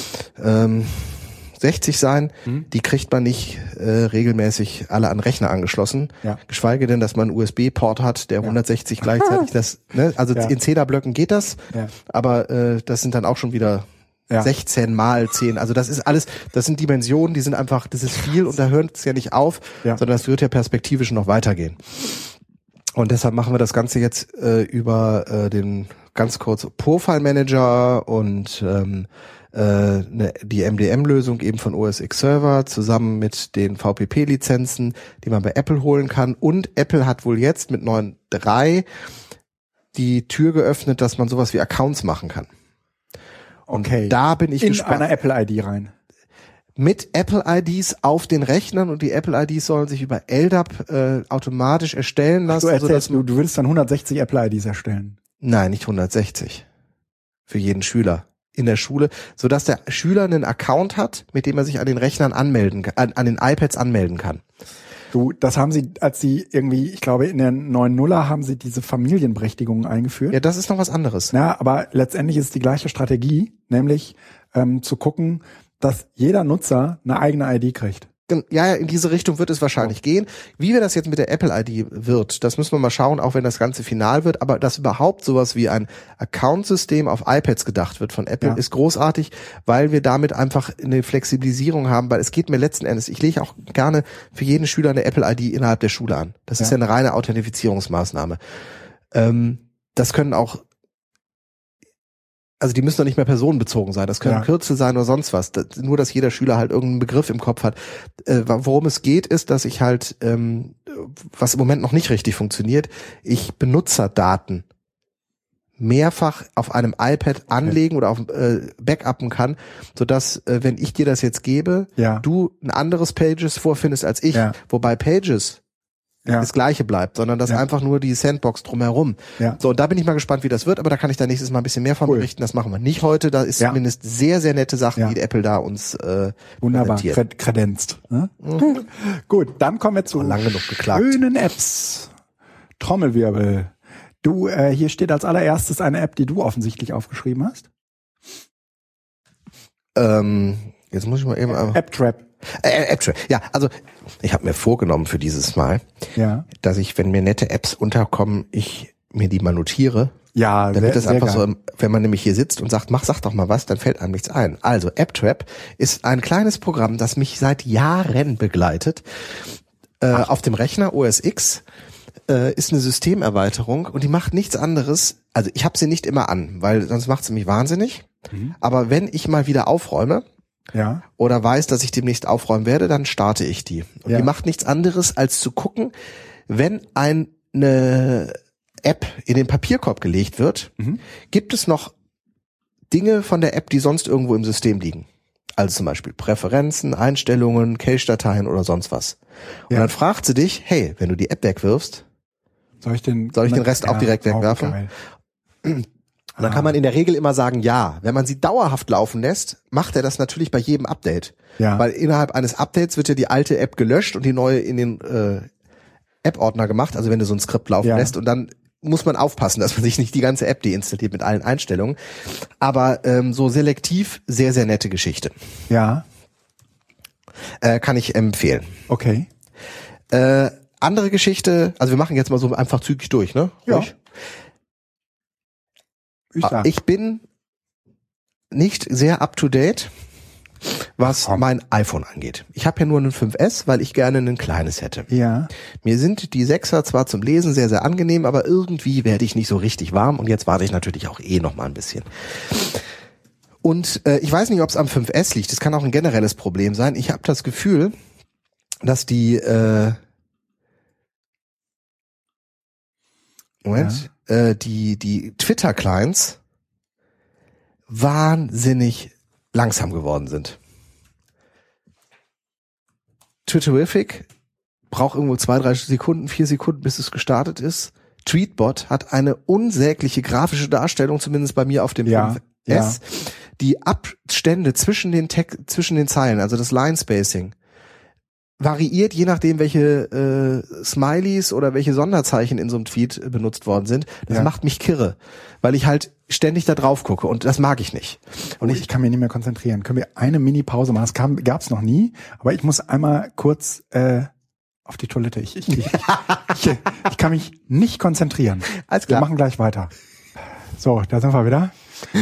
160 sein. Mhm. Die kriegt man nicht regelmäßig alle an Rechner angeschlossen. Ja. Geschweige denn, dass man einen USB-Port hat, der 160 gleichzeitig in 10er Blöcken geht das, aber das sind dann auch schon wieder 16 mal 10. Also das ist alles, das sind Dimensionen, das ist viel und da hört es ja nicht auf, sondern das wird ja perspektivisch noch weitergehen. Und deshalb machen wir das Ganze jetzt über den ganz kurz Profile-Manager und die MDM-Lösung eben von OS X Server zusammen mit den VPP-Lizenzen, die man bei Apple holen kann. Und Apple hat wohl jetzt mit 9.3 die Tür geöffnet, dass man sowas wie Accounts machen kann. Und da bin ich gespannt. In einer Apple-ID rein. Mit Apple-IDs auf den Rechnern und die Apple-IDs sollen sich über LDAP automatisch erstellen lassen. Du würdest dann 160 Apple-IDs erstellen? Nein, nicht 160. Für jeden Schüler in der Schule, sodass der Schüler einen Account hat, mit dem er sich an den Rechnern an den iPads anmelden kann. Du, das haben sie, als sie irgendwie, ich glaube in der 9.0er haben sie diese Familienberechtigungen eingeführt. Ja, das ist noch was anderes. Ja, aber letztendlich ist es die gleiche Strategie, nämlich zu gucken, dass jeder Nutzer eine eigene ID kriegt. Ja, in diese Richtung wird es wahrscheinlich gehen. Wie wir das jetzt mit der Apple-ID wird, das müssen wir mal schauen, auch wenn das Ganze final wird. Aber dass überhaupt sowas wie ein Account-System auf iPads gedacht wird von Apple, ist großartig, weil wir damit einfach eine Flexibilisierung haben. Weil es geht mir letzten Endes, ich lege auch gerne für jeden Schüler eine Apple-ID innerhalb der Schule an. Das ist ja eine reine Authentifizierungsmaßnahme. Das können auch die müssen doch nicht mehr personenbezogen sein. Das können Kürzel sein oder sonst was. Nur, dass jeder Schüler halt irgendeinen Begriff im Kopf hat. Worum es geht, ist, dass ich halt, was im Moment noch nicht richtig funktioniert, ich Benutzerdaten mehrfach auf einem iPad anlegen oder auf backuppen kann, sodass, wenn ich dir das jetzt gebe, du ein anderes Pages vorfindest als ich. Wobei Pages das Gleiche bleibt, sondern das einfach nur die Sandbox drumherum. Ja. So, und da bin ich mal gespannt, wie das wird, aber da kann ich dann nächstes Mal ein bisschen mehr von berichten. Das machen wir nicht heute. Da ist zumindest sehr, sehr nette Sachen, die Apple da uns wunderbar kredenzt. Ne? Mhm. Gut, dann kommen wir zu lange genug geklagt. Schönen Apps. Trommelwirbel. Du, hier steht als allererstes eine App, die du offensichtlich aufgeschrieben hast. Jetzt muss ich mal eben... AppTrap. AppTrap. Ja, also ich habe mir vorgenommen für dieses Mal, dass ich, wenn mir nette Apps unterkommen, ich mir die mal notiere. Ja, damit das einfach so, wenn man nämlich hier sitzt und sagt, sag doch mal was, dann fällt einem nichts ein. Also AppTrap ist ein kleines Programm, das mich seit Jahren begleitet. Auf dem Rechner OS X ist eine Systemerweiterung und die macht nichts anderes. Also ich habe sie nicht immer an, weil sonst macht sie mich wahnsinnig. Mhm. Aber wenn ich mal wieder aufräume, oder weiß, dass ich demnächst aufräumen werde, dann starte ich die. Und die macht nichts anderes, als zu gucken, wenn eine App in den Papierkorb gelegt wird, gibt es noch Dinge von der App, die sonst irgendwo im System liegen. Also zum Beispiel Präferenzen, Einstellungen, Cache-Dateien oder sonst was. Und dann fragt sie dich, hey, wenn du die App wegwirfst, soll ich den Rest auch direkt wegwerfen? Und dann kann man in der Regel immer sagen, ja. Wenn man sie dauerhaft laufen lässt, macht er das natürlich bei jedem Update. Ja. Weil innerhalb eines Updates wird ja die alte App gelöscht und die neue in den App-Ordner gemacht, also wenn du so ein Skript laufen lässt, und dann muss man aufpassen, dass man sich nicht die ganze App deinstalliert mit allen Einstellungen. Aber so selektiv sehr, sehr nette Geschichte. Ja. Kann ich empfehlen. Okay. Andere Geschichte, also wir machen jetzt mal so einfach zügig durch, ne? Ruhig. Ja. Ich bin nicht sehr up to date, was mein iPhone angeht. Ich habe ja nur einen 5S, weil ich gerne ein kleines hätte. Ja. Mir sind die 6er zwar zum Lesen sehr, sehr angenehm, aber irgendwie werde ich nicht so richtig warm und jetzt warte ich natürlich auch noch mal ein bisschen. Und ich weiß nicht, ob es am 5S liegt. Das kann auch ein generelles Problem sein. Ich habe das Gefühl, dass die die Twitter-Clients wahnsinnig langsam geworden sind. Twitterific braucht irgendwo 2-3 Sekunden, 4 Sekunden, bis es gestartet ist. Tweetbot hat eine unsägliche grafische Darstellung, zumindest bei mir auf dem 5S. Ja. Die Abstände zwischen den Zeilen, also das Line-Spacing, variiert je nachdem, welche Smileys oder welche Sonderzeichen in so einem Tweet benutzt worden sind. Das macht mich kirre, weil ich halt ständig da drauf gucke und das mag ich nicht. Und ich kann mich nicht mehr konzentrieren. Können wir eine Mini-Pause machen? Das gab's noch nie, aber ich muss einmal kurz auf die Toilette. Ich kann mich nicht konzentrieren. Alles klar. Wir machen gleich weiter. So, da sind wir wieder.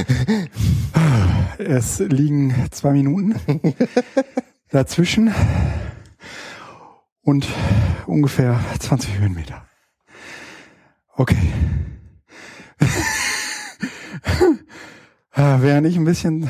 Es liegen 2 Minuten dazwischen. Und ungefähr 20 Höhenmeter. Okay. Während ich ein bisschen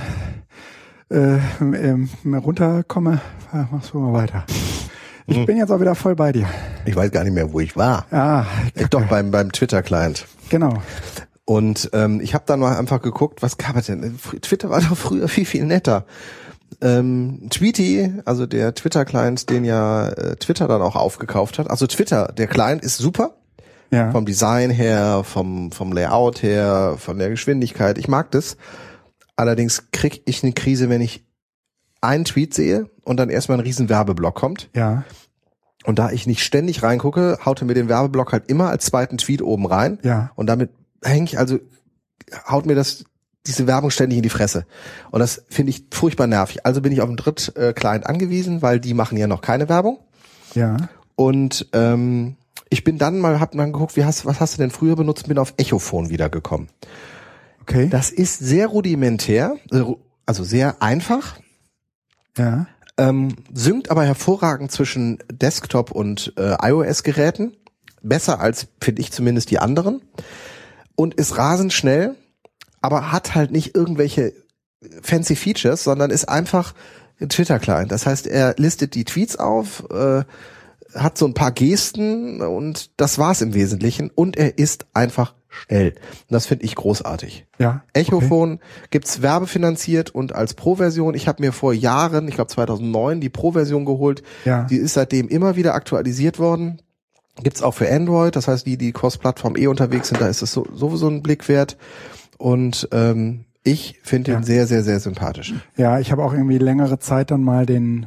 runterkomme, machst du mal weiter. Ich bin jetzt auch wieder voll bei dir. Ich weiß gar nicht mehr, wo ich war. Doch, beim Twitter-Client. Genau. Und ich habe dann mal einfach geguckt, was gab es denn? Twitter war doch früher viel, viel netter. Tweety, also der Twitter-Client, den ja Twitter dann auch aufgekauft hat. Also Twitter, der Client ist super. Ja. Vom Design her, vom Layout her, von der Geschwindigkeit. Ich mag das. Allerdings krieg ich eine Krise, wenn ich einen Tweet sehe und dann erstmal ein riesen Werbeblock kommt. Ja. Und da ich nicht ständig reingucke, haut er mir den Werbeblock halt immer als zweiten Tweet oben rein. Ja. Und damit haut mir diese Werbung ständig in die Fresse. Und das finde ich furchtbar nervig. Also bin ich auf einen Dritt-Client angewiesen, weil die machen ja noch keine Werbung. Ja. Und ich bin hab dann geguckt, was hast du denn früher benutzt, bin auf Echophon wiedergekommen. Okay. Das ist sehr rudimentär, also sehr einfach. Ja. Synkt aber hervorragend zwischen Desktop und iOS-Geräten. Besser als, finde ich zumindest, die anderen. Und ist rasend schnell, aber hat halt nicht irgendwelche fancy Features, sondern ist einfach ein Twitter-Client. Das heißt, er listet die Tweets auf, hat so ein paar Gesten und das war's im Wesentlichen. Und er ist einfach schnell. Und das finde ich großartig. Ja. Echophon gibt's werbefinanziert und als Pro-Version. Ich habe mir vor Jahren, ich glaube 2009, die Pro-Version geholt. Ja. Die ist seitdem immer wieder aktualisiert worden. Gibt's auch für Android. Das heißt, die Cross-Plattform unterwegs sind, da ist es sowieso ein Blick wert. Und ich finde ihn sehr, sehr, sehr sympathisch. Ja, ich habe auch irgendwie längere Zeit dann mal den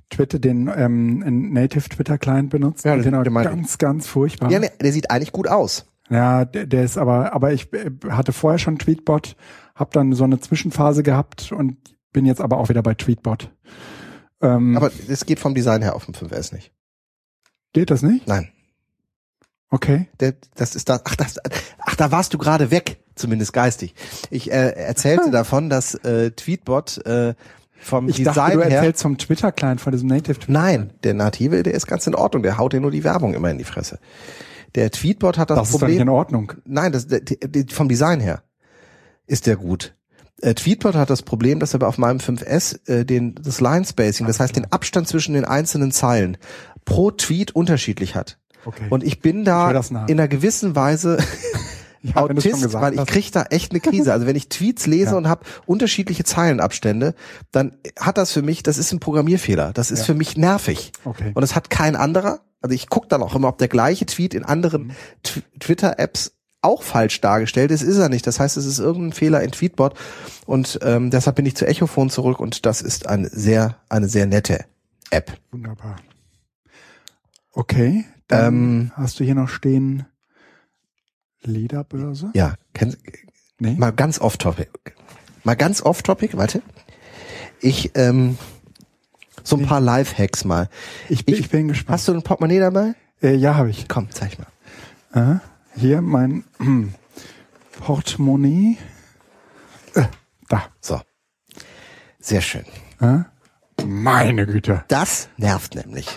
Native Twitter Client benutzt. Ja, den ganz, ganz furchtbar. Ja, der sieht eigentlich gut aus. Ja, der ist aber ich hatte vorher schon Tweetbot, habe dann so eine Zwischenphase gehabt und bin jetzt aber auch wieder bei Tweetbot. Aber es geht vom Design her auf dem 5S nicht. Geht das nicht? Nein. Okay. Das ist da. Ach, da warst du gerade weg, zumindest geistig. Ich erzählte davon, dass Tweetbot vom ich Design dachte, du her. erzählst vom Twitter-Client, von diesem Native Twitter. Nein, der Native, der ist ganz in Ordnung. Der haut dir nur die Werbung immer in die Fresse. Der Tweetbot hat das Problem. Das ist doch nicht in Ordnung. Nein, vom Design her ist der gut. Tweetbot hat das Problem, dass er auf meinem 5S das Line Spacing, das heißt den Abstand zwischen den einzelnen Zeilen pro Tweet unterschiedlich hat. Okay. Und ich bin da in einer gewissen Weise Autist, weil ich kriege da echt eine Krise. Also wenn ich Tweets lese und habe unterschiedliche Zeilenabstände, dann hat das für mich, das ist ein Programmierfehler. Das ist für mich nervig. Okay. Und das hat kein anderer. Also ich gucke dann auch immer, ob der gleiche Tweet in anderen Twitter-Apps auch falsch dargestellt ist, ist er nicht. Das heißt, es ist irgendein Fehler in Tweetbot und deshalb bin ich zu Echophon zurück und das ist eine sehr nette App. Wunderbar. Okay, dann hast du hier noch stehen Lederbörse? Ja, Nee. mal ganz off-topic, warte. Ich, so ein paar Lifehacks mal. Ich bin gespannt. Hast du ein Portemonnaie dabei? Ja, habe ich. Komm, zeig mal. Hier mein Portemonnaie. Da. So. Sehr schön. Meine Güte. Das nervt nämlich.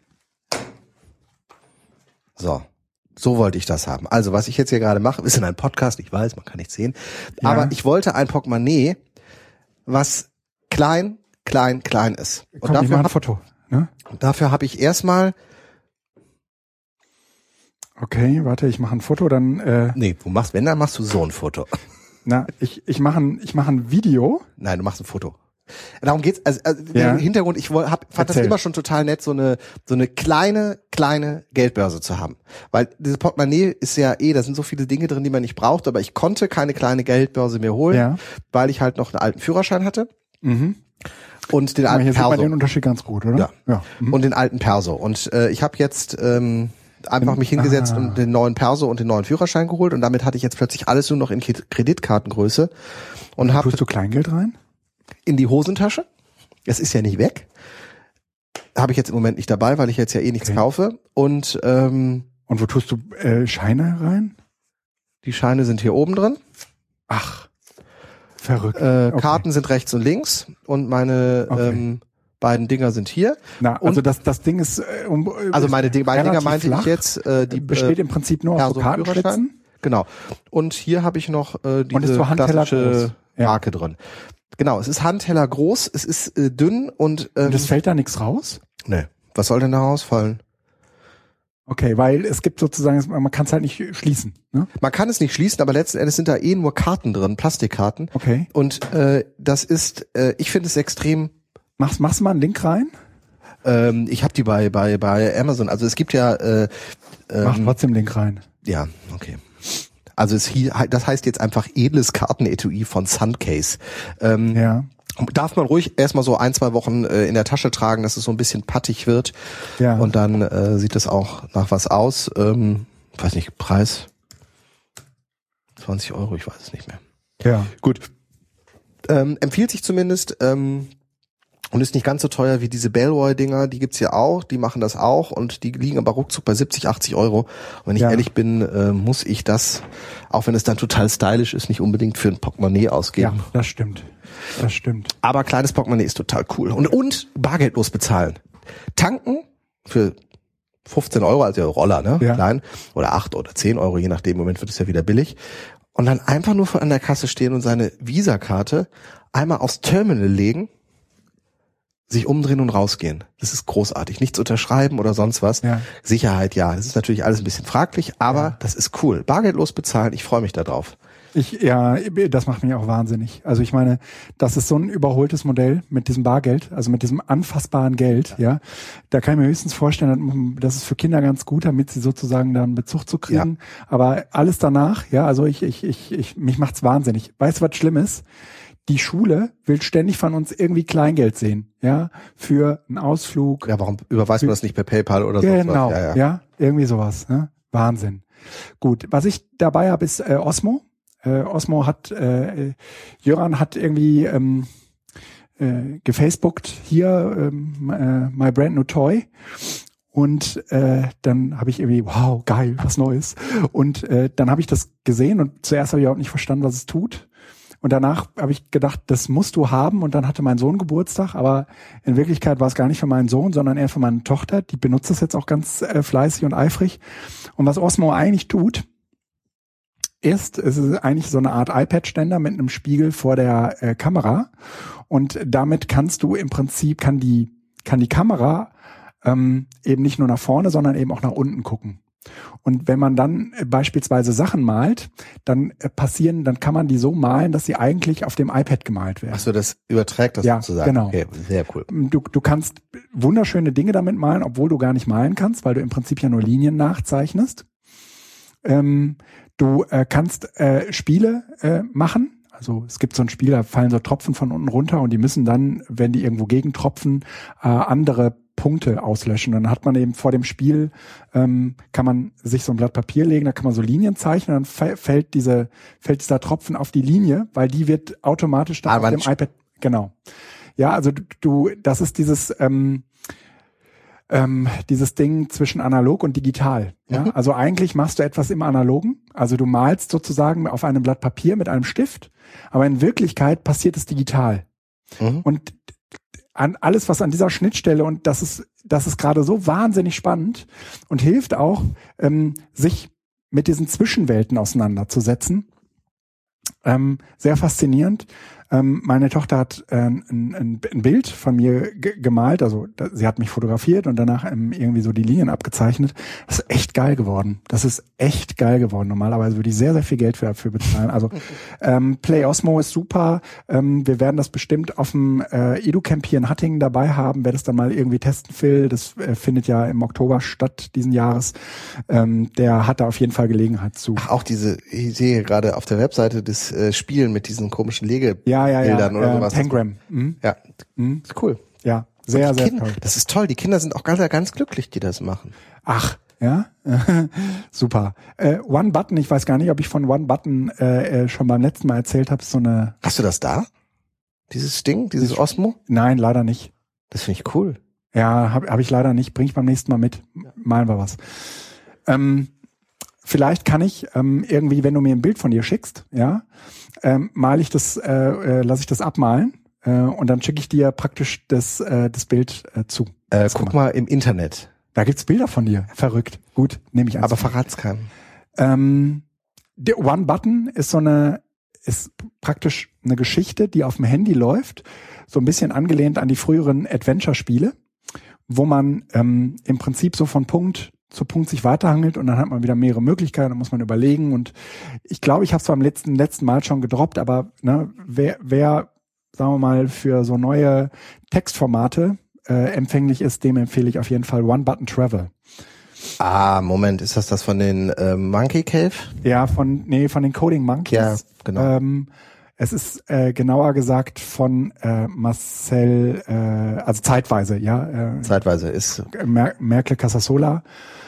So wollte ich das haben. Also, was ich jetzt hier gerade mache, ist in einem Podcast, ich weiß, man kann nichts sehen, aber ich wollte ein Portemonnaie, was klein ist. Und Komm, ich mach ein Foto. Ne? Dafür habe ich erstmal... Okay, warte, ich mache ein Foto, dann... Nee, wenn, dann machst du so ein Foto. Na, ich mach ein Video. Nein, du machst ein Foto. Darum geht's. Also der Hintergrund, fand das immer schon total nett, so eine kleine Geldbörse zu haben. Weil dieses Portemonnaie ist ja da sind so viele Dinge drin, die man nicht braucht, aber ich konnte keine kleine Geldbörse mir holen, weil ich halt noch einen alten Führerschein hatte. Mhm. Und den alten Perso. Hier sieht man den Unterschied ganz gut, oder? Ja. Mhm. Und den alten Perso. Und ich habe jetzt einfach mich hingesetzt und den neuen Perso und den neuen Führerschein geholt und damit hatte ich jetzt plötzlich alles nur noch in Kreditkartengröße. Und tust du Kleingeld rein? In die Hosentasche. Es ist ja nicht weg. Habe ich jetzt im Moment nicht dabei, weil ich jetzt ja nichts kaufe. Und wo tust du Scheine rein? Die Scheine sind hier oben drin. Ach, verrückt. Karten sind rechts und links und meine beiden Dinger sind hier. Na, also das Ding ist also meine Dinger meinte flach, ich jetzt die besteht im Prinzip nur aus so Kartenschlitzen. Genau. Und hier habe ich noch diese so klassische Marke drin. Genau, es ist Handteller groß, es ist dünn und es fällt da nichts raus? Nee. Was soll denn da rausfallen? Okay, weil es gibt sozusagen, man kann es halt nicht schließen. Ne? Man kann es nicht schließen, aber letzten Endes sind da nur Karten drin, Plastikkarten. Okay. Und das ist, ich finde es extrem. Machst du mal einen Link rein? Ich habe die bei Amazon. Also es gibt ja. Mach trotzdem Link rein. Ja, okay. Also das heißt jetzt einfach edles Kartenetui von Suncase. Darf man ruhig erstmal so 1-2 Wochen in der Tasche tragen, dass es so ein bisschen pattig wird. Ja. Und dann sieht es auch nach was aus. Weiß nicht, Preis 20 €, ich weiß es nicht mehr. Ja. Gut. Empfiehlt sich zumindest und ist nicht ganz so teuer wie diese Bellroy-Dinger, die gibt's ja auch, die machen das auch und die liegen aber ruckzuck bei 70, 80 €. Und wenn ich ehrlich bin, muss ich das, auch wenn es dann total stylisch ist, nicht unbedingt für ein Portemonnaie ausgeben. Ja, das stimmt. Aber kleines Portemonnaie ist total cool. Und bargeldlos bezahlen. Tanken für 15 €, also Roller, ne? Ja. Klein. Oder 8 oder 10 €, je nachdem. Im Moment wird es ja wieder billig. Und dann einfach nur an der Kasse stehen und seine Visa-Karte einmal aufs Terminal legen, sich umdrehen und rausgehen. Das ist großartig. Nichts unterschreiben oder sonst was. Ja. Sicherheit, ja. Das ist natürlich alles ein bisschen fraglich, aber das ist cool. Bargeldlos bezahlen, ich freue mich da drauf. Das macht mich auch wahnsinnig. Also ich meine, das ist so ein überholtes Modell mit diesem Bargeld, also mit diesem anfassbaren Geld, ja. Da kann ich mir höchstens vorstellen, das ist für Kinder ganz gut, damit sie sozusagen dann Bezug zu kriegen. Ja. Aber alles danach, also mich macht's wahnsinnig. Weißt du, was schlimm ist? Die Schule will ständig von uns irgendwie Kleingeld sehen, ja, für einen Ausflug. Ja, warum überweist man das nicht per PayPal oder so? Genau, ja, irgendwie sowas, ne? Wahnsinn. Gut, was ich dabei habe, ist Osmo. Osmo hat, Jöran hat irgendwie gefacebookt hier My Brand New Toy. Und dann habe ich irgendwie, wow, geil, was Neues. Und dann habe ich das gesehen und zuerst habe ich überhaupt nicht verstanden, was es tut. Und danach habe ich gedacht, das musst du haben. Und dann hatte mein Sohn Geburtstag, aber in Wirklichkeit war es gar nicht für meinen Sohn, sondern eher für meine Tochter. Die benutzt das jetzt auch ganz fleißig und eifrig. Und was Osmo eigentlich tut, es ist eigentlich so eine Art iPad-Ständer mit einem Spiegel vor der Kamera. Und damit kannst du im Prinzip, kann die Kamera eben nicht nur nach vorne, sondern eben auch nach unten gucken. Und wenn man dann beispielsweise Sachen malt, dann kann man die so malen, dass sie eigentlich auf dem iPad gemalt werden. Ach so, das überträgt das sozusagen. Genau. Okay, sehr cool. Du kannst wunderschöne Dinge damit malen, obwohl du gar nicht malen kannst, weil du im Prinzip ja nur Linien nachzeichnest. Du kannst Spiele machen. Also es gibt so ein Spiel, da fallen so Tropfen von unten runter und die müssen dann, wenn die irgendwo gegentropfen, andere Punkte auslöschen. Dann hat man eben vor dem Spiel, kann man sich so ein Blatt Papier legen, da kann man so Linien zeichnen, dann fällt dieser Tropfen auf die Linie, weil die wird automatisch dann auf dem iPad, genau. Ja, also das ist dieses Ding zwischen analog und digital. Ja? Also eigentlich machst du etwas im Analogen. Also du malst sozusagen auf einem Blatt Papier mit einem Stift, aber in Wirklichkeit passiert es digital. Und alles, was an dieser Schnittstelle, und das ist gerade so wahnsinnig spannend und hilft auch, sich mit diesen Zwischenwelten auseinanderzusetzen. Sehr faszinierend. Meine Tochter hat ein Bild von mir gemalt, also sie hat mich fotografiert und danach irgendwie so die Linien abgezeichnet. Das ist echt geil geworden. Normalerweise würde ich sehr, sehr viel Geld dafür bezahlen. Also Play Osmo ist super. Wir werden das bestimmt auf dem EduCamp hier in Hattingen dabei haben, wer das dann mal irgendwie testen will. Das findet ja im Oktober statt diesen Jahres. Der hat da auf jeden Fall Gelegenheit zu. Ach, auch ich sehe gerade auf der Webseite das Spielen mit diesen komischen Bildern oder sowas. Tangram. Ja, ist cool. Ja, sehr, sehr toll. Das ist toll. Die Kinder sind auch ganz, ganz glücklich, die das machen. Ach, ja? Super. One Button, ich weiß gar nicht, ob ich von One Button schon beim letzten Mal erzählt habe. So eine. Hast du das da? Dieses Ding, dieses Osmo? Nein, leider nicht. Das finde ich cool. Ja, hab ich leider nicht. Bring ich beim nächsten Mal mit. Malen wir was. Vielleicht kann ich irgendwie, wenn du mir ein Bild von dir schickst, ja, lasse ich das abmalen und dann schicke ich dir praktisch das Bild zu. Guck mal im Internet. Da gibt's Bilder von dir. Verrückt. Gut, nehme ich an. Aber verrat's keinem. Der One Button ist praktisch eine Geschichte, die auf dem Handy läuft, so ein bisschen angelehnt an die früheren Adventure-Spiele, wo man im Prinzip so von Punkt zu Punkt sich weiterhangelt und dann hat man wieder mehrere Möglichkeiten, dann muss man überlegen und ich glaube, ich habe es zwar am letzten Mal schon gedroppt, aber wer, sagen wir mal, für so neue Textformate empfänglich ist, dem empfehle ich auf jeden Fall One Button Travel. Ah, Moment, ist das von den Monkey Cave? Ja, von den Coding Monkeys. Ja, genau. Es ist genauer gesagt von Marcel, also zeitweise, ja. Zeitweise ist Merkel Casasola.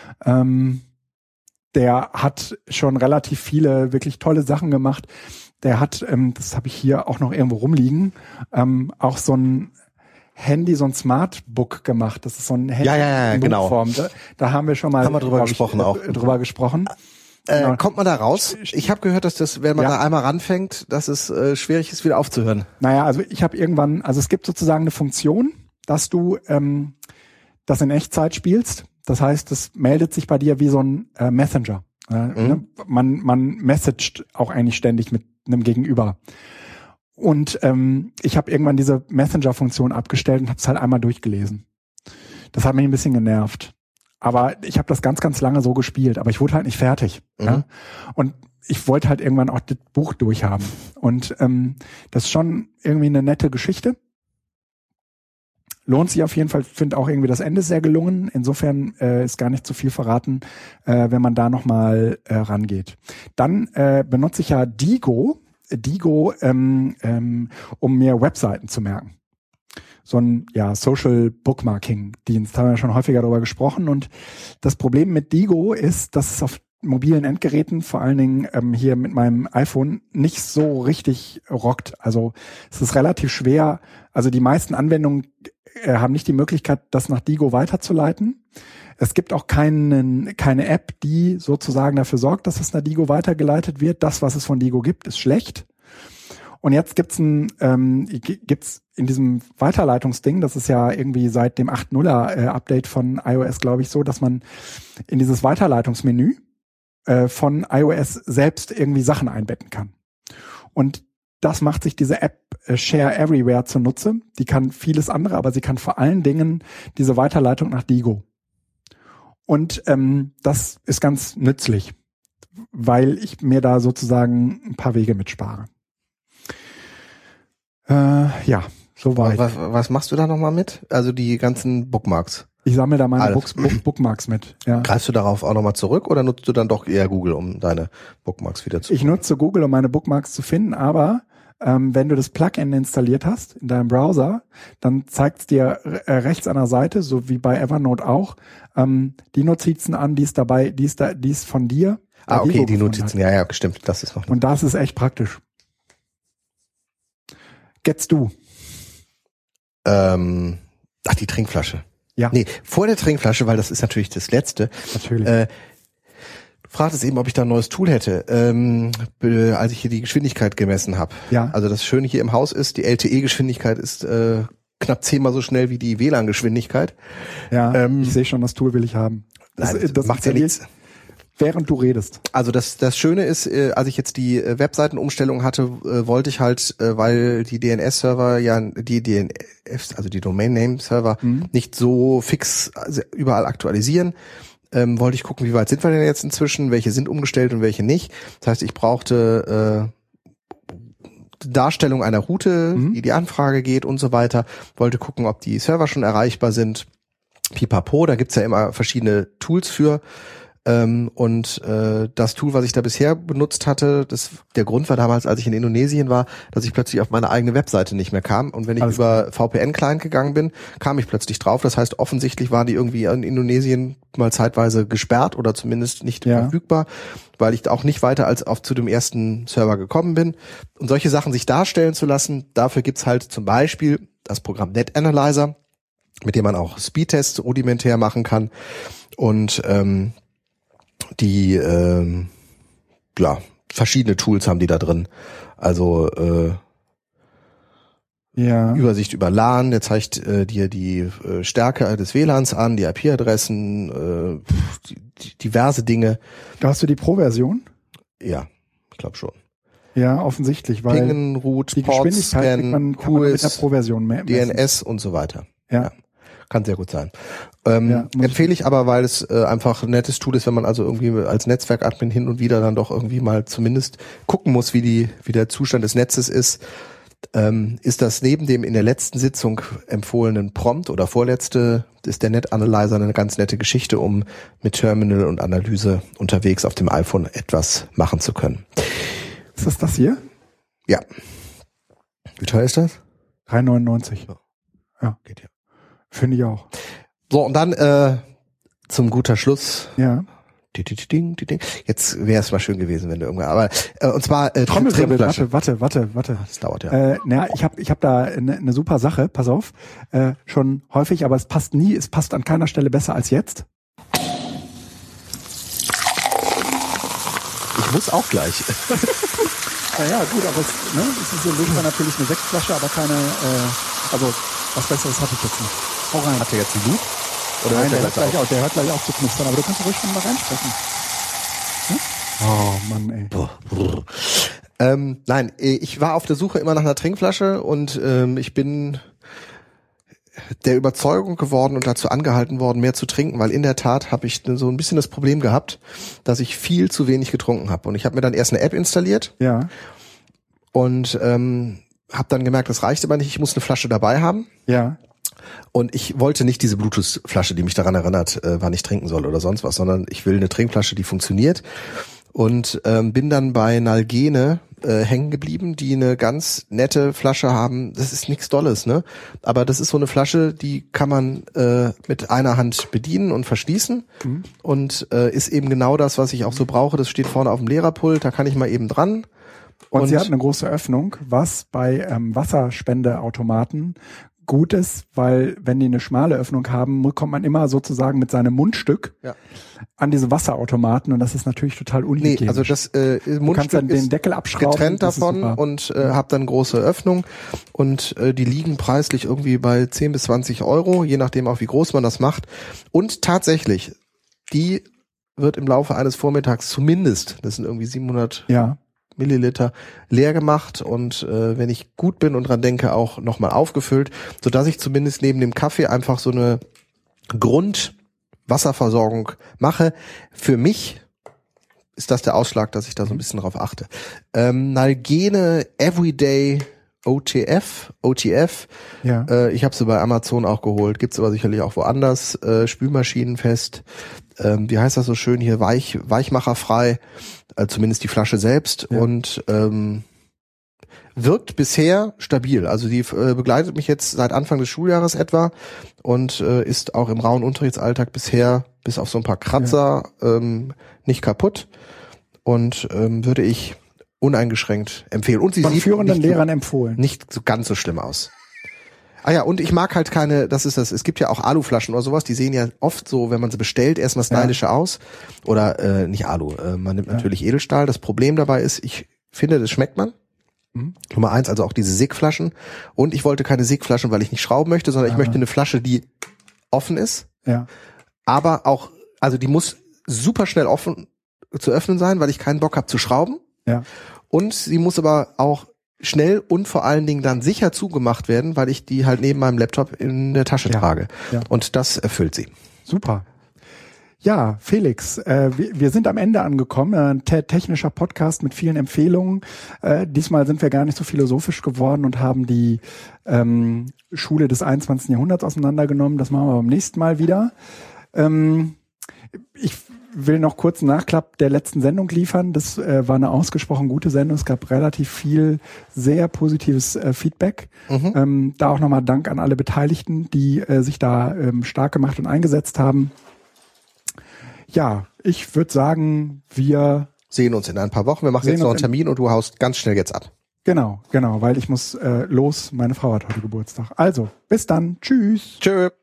Der hat schon relativ viele wirklich tolle Sachen gemacht. Der hat, das habe ich hier auch noch irgendwo rumliegen, auch so ein Handy, so ein Smartbook gemacht. Das ist so ein Handy in Buchform. Genau. Da haben wir schon mal drüber gesprochen. Genau. Kommt man da raus? Ich habe gehört, dass das, wenn man da einmal ranfängt, dass es schwierig ist, wieder aufzuhören. Naja, also ich habe es gibt sozusagen eine Funktion, dass du das in Echtzeit spielst. Das heißt, es meldet sich bei dir wie so ein Messenger. Ne? Man messaged auch eigentlich ständig mit einem Gegenüber. Und ich habe irgendwann diese Messenger-Funktion abgestellt und habe es halt einmal durchgelesen. Das hat mich ein bisschen genervt. Aber ich habe das ganz, ganz lange so gespielt, aber ich wurde halt nicht fertig. Ja? Und ich wollte halt irgendwann auch das Buch durchhaben. Und das ist schon irgendwie eine nette Geschichte. Lohnt sich auf jeden Fall, finde auch irgendwie das Ende sehr gelungen. Insofern ist gar nicht zu viel verraten, wenn man da nochmal rangeht. Dann benutze ich ja Diigo, um mir Webseiten zu merken. So ein Social Bookmarking Dienst, haben wir schon häufiger darüber gesprochen. Und das Problem mit Diigo ist, dass es auf mobilen Endgeräten, vor allen Dingen hier mit meinem iPhone, nicht so richtig rockt. Also es ist relativ schwer. Also die meisten Anwendungen haben nicht die Möglichkeit, das nach Diigo weiterzuleiten. Es gibt auch keine App, die sozusagen dafür sorgt, dass es nach Diigo weitergeleitet wird. Das, was es von Diigo gibt, ist schlecht. Und jetzt gibt's in diesem Weiterleitungsding, das ist ja irgendwie seit dem 8.0er Update von iOS, glaube ich, so, dass man in dieses Weiterleitungsmenü von iOS selbst irgendwie Sachen einbetten kann. Und das macht sich diese App Share Everywhere zunutze. Die kann vieles andere, aber sie kann vor allen Dingen diese Weiterleitung nach Diigo. Und das ist ganz nützlich, weil ich mir da sozusagen ein paar Wege mitspare. Soweit. Was machst du da nochmal mit? Also die ganzen Bookmarks? Ich sammle da meine Bookmarks mit. Ja. Greifst du darauf auch nochmal zurück oder nutzt du dann doch eher Google, um deine Bookmarks wieder zu Ich nutze Google, um meine Bookmarks zu finden, aber wenn du das Plugin installiert hast in deinem Browser, dann zeigt es dir rechts an der Seite, so wie bei Evernote auch, die Notizen an, die ist von dir. Okay, die Notizen, ja, stimmt, das ist noch. Und das ist echt praktisch. Gets du? Die Trinkflasche. Ja. Nee, vor der Trinkflasche, weil das ist natürlich das Letzte. Natürlich. Fragt es eben, ob ich da ein neues Tool hätte, als ich hier die Geschwindigkeit gemessen habe. Ja. Also das Schöne hier im Haus ist, die LTE-Geschwindigkeit ist knapp 10-mal so schnell wie die WLAN-Geschwindigkeit. Ja, ich sehe schon, das Tool will ich haben. Das macht ja nichts. Während du redest. Also das Schöne ist, als ich jetzt die Webseitenumstellung hatte, wollte ich halt, weil die DNS-Server die Domain-Name-Server nicht so fix überall aktualisieren, wollte ich gucken, wie weit sind wir denn jetzt inzwischen, welche sind umgestellt und welche nicht. Das heißt, ich brauchte Darstellung einer Route, wie die Anfrage geht und so weiter, wollte gucken, ob die Server schon erreichbar sind. Pipapo, da gibt's ja immer verschiedene Tools für. Und das Tool, was ich da bisher benutzt hatte, der Grund war damals, als ich in Indonesien war, dass ich plötzlich auf meine eigene Webseite nicht mehr kam. Und wenn ich über VPN-Client gegangen bin, kam ich plötzlich drauf. Das heißt, offensichtlich war die irgendwie in Indonesien mal zeitweise gesperrt oder zumindest nicht verfügbar, weil ich auch nicht weiter als zu dem ersten Server gekommen bin. Und solche Sachen sich darstellen zu lassen, dafür gibt's halt zum Beispiel das Programm NetAnalyzer, mit dem man auch Speedtests rudimentär machen kann. Und die verschiedene Tools haben die da drin. Also Übersicht über LAN, der zeigt dir die Stärke des WLANs an, die IP-Adressen, diverse Dinge. Da hast du die Pro-Version? Ja, ich glaube schon. Ja, offensichtlich, weil Pingen, Root, die Geschwindigkeit kriegt man mit der Pro-Version mehr. DNS und so weiter. Ja. Kann sehr gut sein. Empfehle ich aber, weil es einfach ein nettes Tool ist, wenn man also irgendwie als Netzwerkadmin hin und wieder dann doch irgendwie mal zumindest gucken muss, wie der Zustand des Netzes ist. Ist das neben dem in der letzten Sitzung empfohlenen Prompt oder vorletzte, ist der NetAnalyzer eine ganz nette Geschichte, um mit Terminal und Analyse unterwegs auf dem iPhone etwas machen zu können. Ist das hier? Ja. Wie teuer ist das? 3,99. Ja. Geht ja. Finde ich auch. So, und dann zum guter Schluss. Ja. Jetzt wäre es mal schön gewesen, wenn du irgendwann, aber und zwar Trommelwirbel, warte. Das dauert ja. Ich hab da eine super Sache, pass auf, schon häufig, aber es passt an keiner Stelle besser als jetzt. Ich muss auch gleich. Naja, gut, aber es ist in dem Fall natürlich eine Sektflasche, aber keine, also was Besseres hatte ich jetzt nicht. Hau rein. Hat der jetzt einen Loop? Oder nein, der hört gleich auf zu knistern, aber du kannst ruhig schon mal reinsprechen. Hm? Oh Mann, ey. Nein, ich war auf der Suche immer nach einer Trinkflasche und ich bin der Überzeugung geworden und dazu angehalten worden, mehr zu trinken, weil in der Tat habe ich so ein bisschen das Problem gehabt, dass ich viel zu wenig getrunken habe. Und ich habe mir dann erst eine App installiert und habe dann gemerkt, das reicht aber nicht, ich muss eine Flasche dabei haben. Ja. Und ich wollte nicht diese Bluetooth-Flasche, die mich daran erinnert, wann ich trinken soll oder sonst was, sondern ich will eine Trinkflasche, die funktioniert. Und bin dann bei Nalgene hängen geblieben, die eine ganz nette Flasche haben. Das ist nichts Dolles, ne? Aber das ist so eine Flasche, die kann man mit einer Hand bedienen und verschließen und ist eben genau das, was ich auch so brauche. Das steht vorne auf dem Lehrerpult, da kann ich mal eben dran. Und sie hat eine große Öffnung, was bei Wasserspendeautomaten gut ist, weil wenn die eine schmale Öffnung haben, kommt man immer sozusagen mit seinem Mundstück an diese Wasserautomaten und das ist natürlich total unhygienisch. Nee, also das Mundstück du kannst dann den Deckel abschrauben. Getrennt davon und habe dann große Öffnung und die liegen preislich irgendwie bei 10 bis 20 Euro, je nachdem auch wie groß man das macht. Und tatsächlich, die wird im Laufe eines Vormittags zumindest, das sind irgendwie 700 Milliliter leer gemacht und wenn ich gut bin und dran denke, auch nochmal aufgefüllt, sodass ich zumindest neben dem Kaffee einfach so eine Grundwasserversorgung mache. Für mich ist das der Ausschlag, dass ich da so ein bisschen drauf achte. Nalgene Everyday OTF. Ja. Ich habe sie bei Amazon auch geholt, gibt's aber sicherlich auch woanders. Spülmaschinenfest. Wie heißt das so schön hier? Weichmacherfrei. Zumindest die Flasche selbst. Ja. Und wirkt bisher stabil. Also die begleitet mich jetzt seit Anfang des Schuljahres etwa und ist auch im rauen Unterrichtsalltag bisher bis auf so ein paar Kratzer nicht kaputt und würde ich uneingeschränkt empfehlen. Und sie Von sieht führenden nicht, Lehrern empfohlen. nicht so ganz so schlimm aus. Ah ja, und ich mag halt keine, das ist das, es gibt ja auch Aluflaschen oder sowas, die sehen ja oft so, wenn man sie bestellt, erstmal stylischer aus. Oder nicht Alu, man nimmt natürlich Edelstahl. Das Problem dabei ist, ich finde, das schmeckt man. Nummer 1, also auch diese Sigg-Flaschen. Und ich wollte keine Sigg-Flaschen, weil ich nicht schrauben möchte, sondern ich möchte eine Flasche, die offen ist. Ja. Aber auch, also die muss super schnell offen zu öffnen sein, weil ich keinen Bock habe zu schrauben. Ja. Und sie muss aber auch schnell und vor allen Dingen dann sicher zugemacht werden, weil ich die halt neben meinem Laptop in der Tasche trage. Ja. Und das erfüllt sie. Super. Ja, Felix, wir sind am Ende angekommen. Ein technischer Podcast mit vielen Empfehlungen. Diesmal sind wir gar nicht so philosophisch geworden und haben die Schule des 21. Jahrhunderts auseinandergenommen. Das machen wir beim nächsten Mal wieder. Ich will noch kurz einen Nachklapp der letzten Sendung liefern. Das war eine ausgesprochen gute Sendung. Es gab relativ viel sehr positives Feedback. Da auch nochmal Dank an alle Beteiligten, die sich da stark gemacht und eingesetzt haben. Ja, ich würde sagen, wir sehen uns in ein paar Wochen. Wir machen jetzt noch einen Termin und du haust ganz schnell jetzt ab. Genau, weil ich muss los. Meine Frau hat heute Geburtstag. Also, bis dann. Tschüss. Tschö.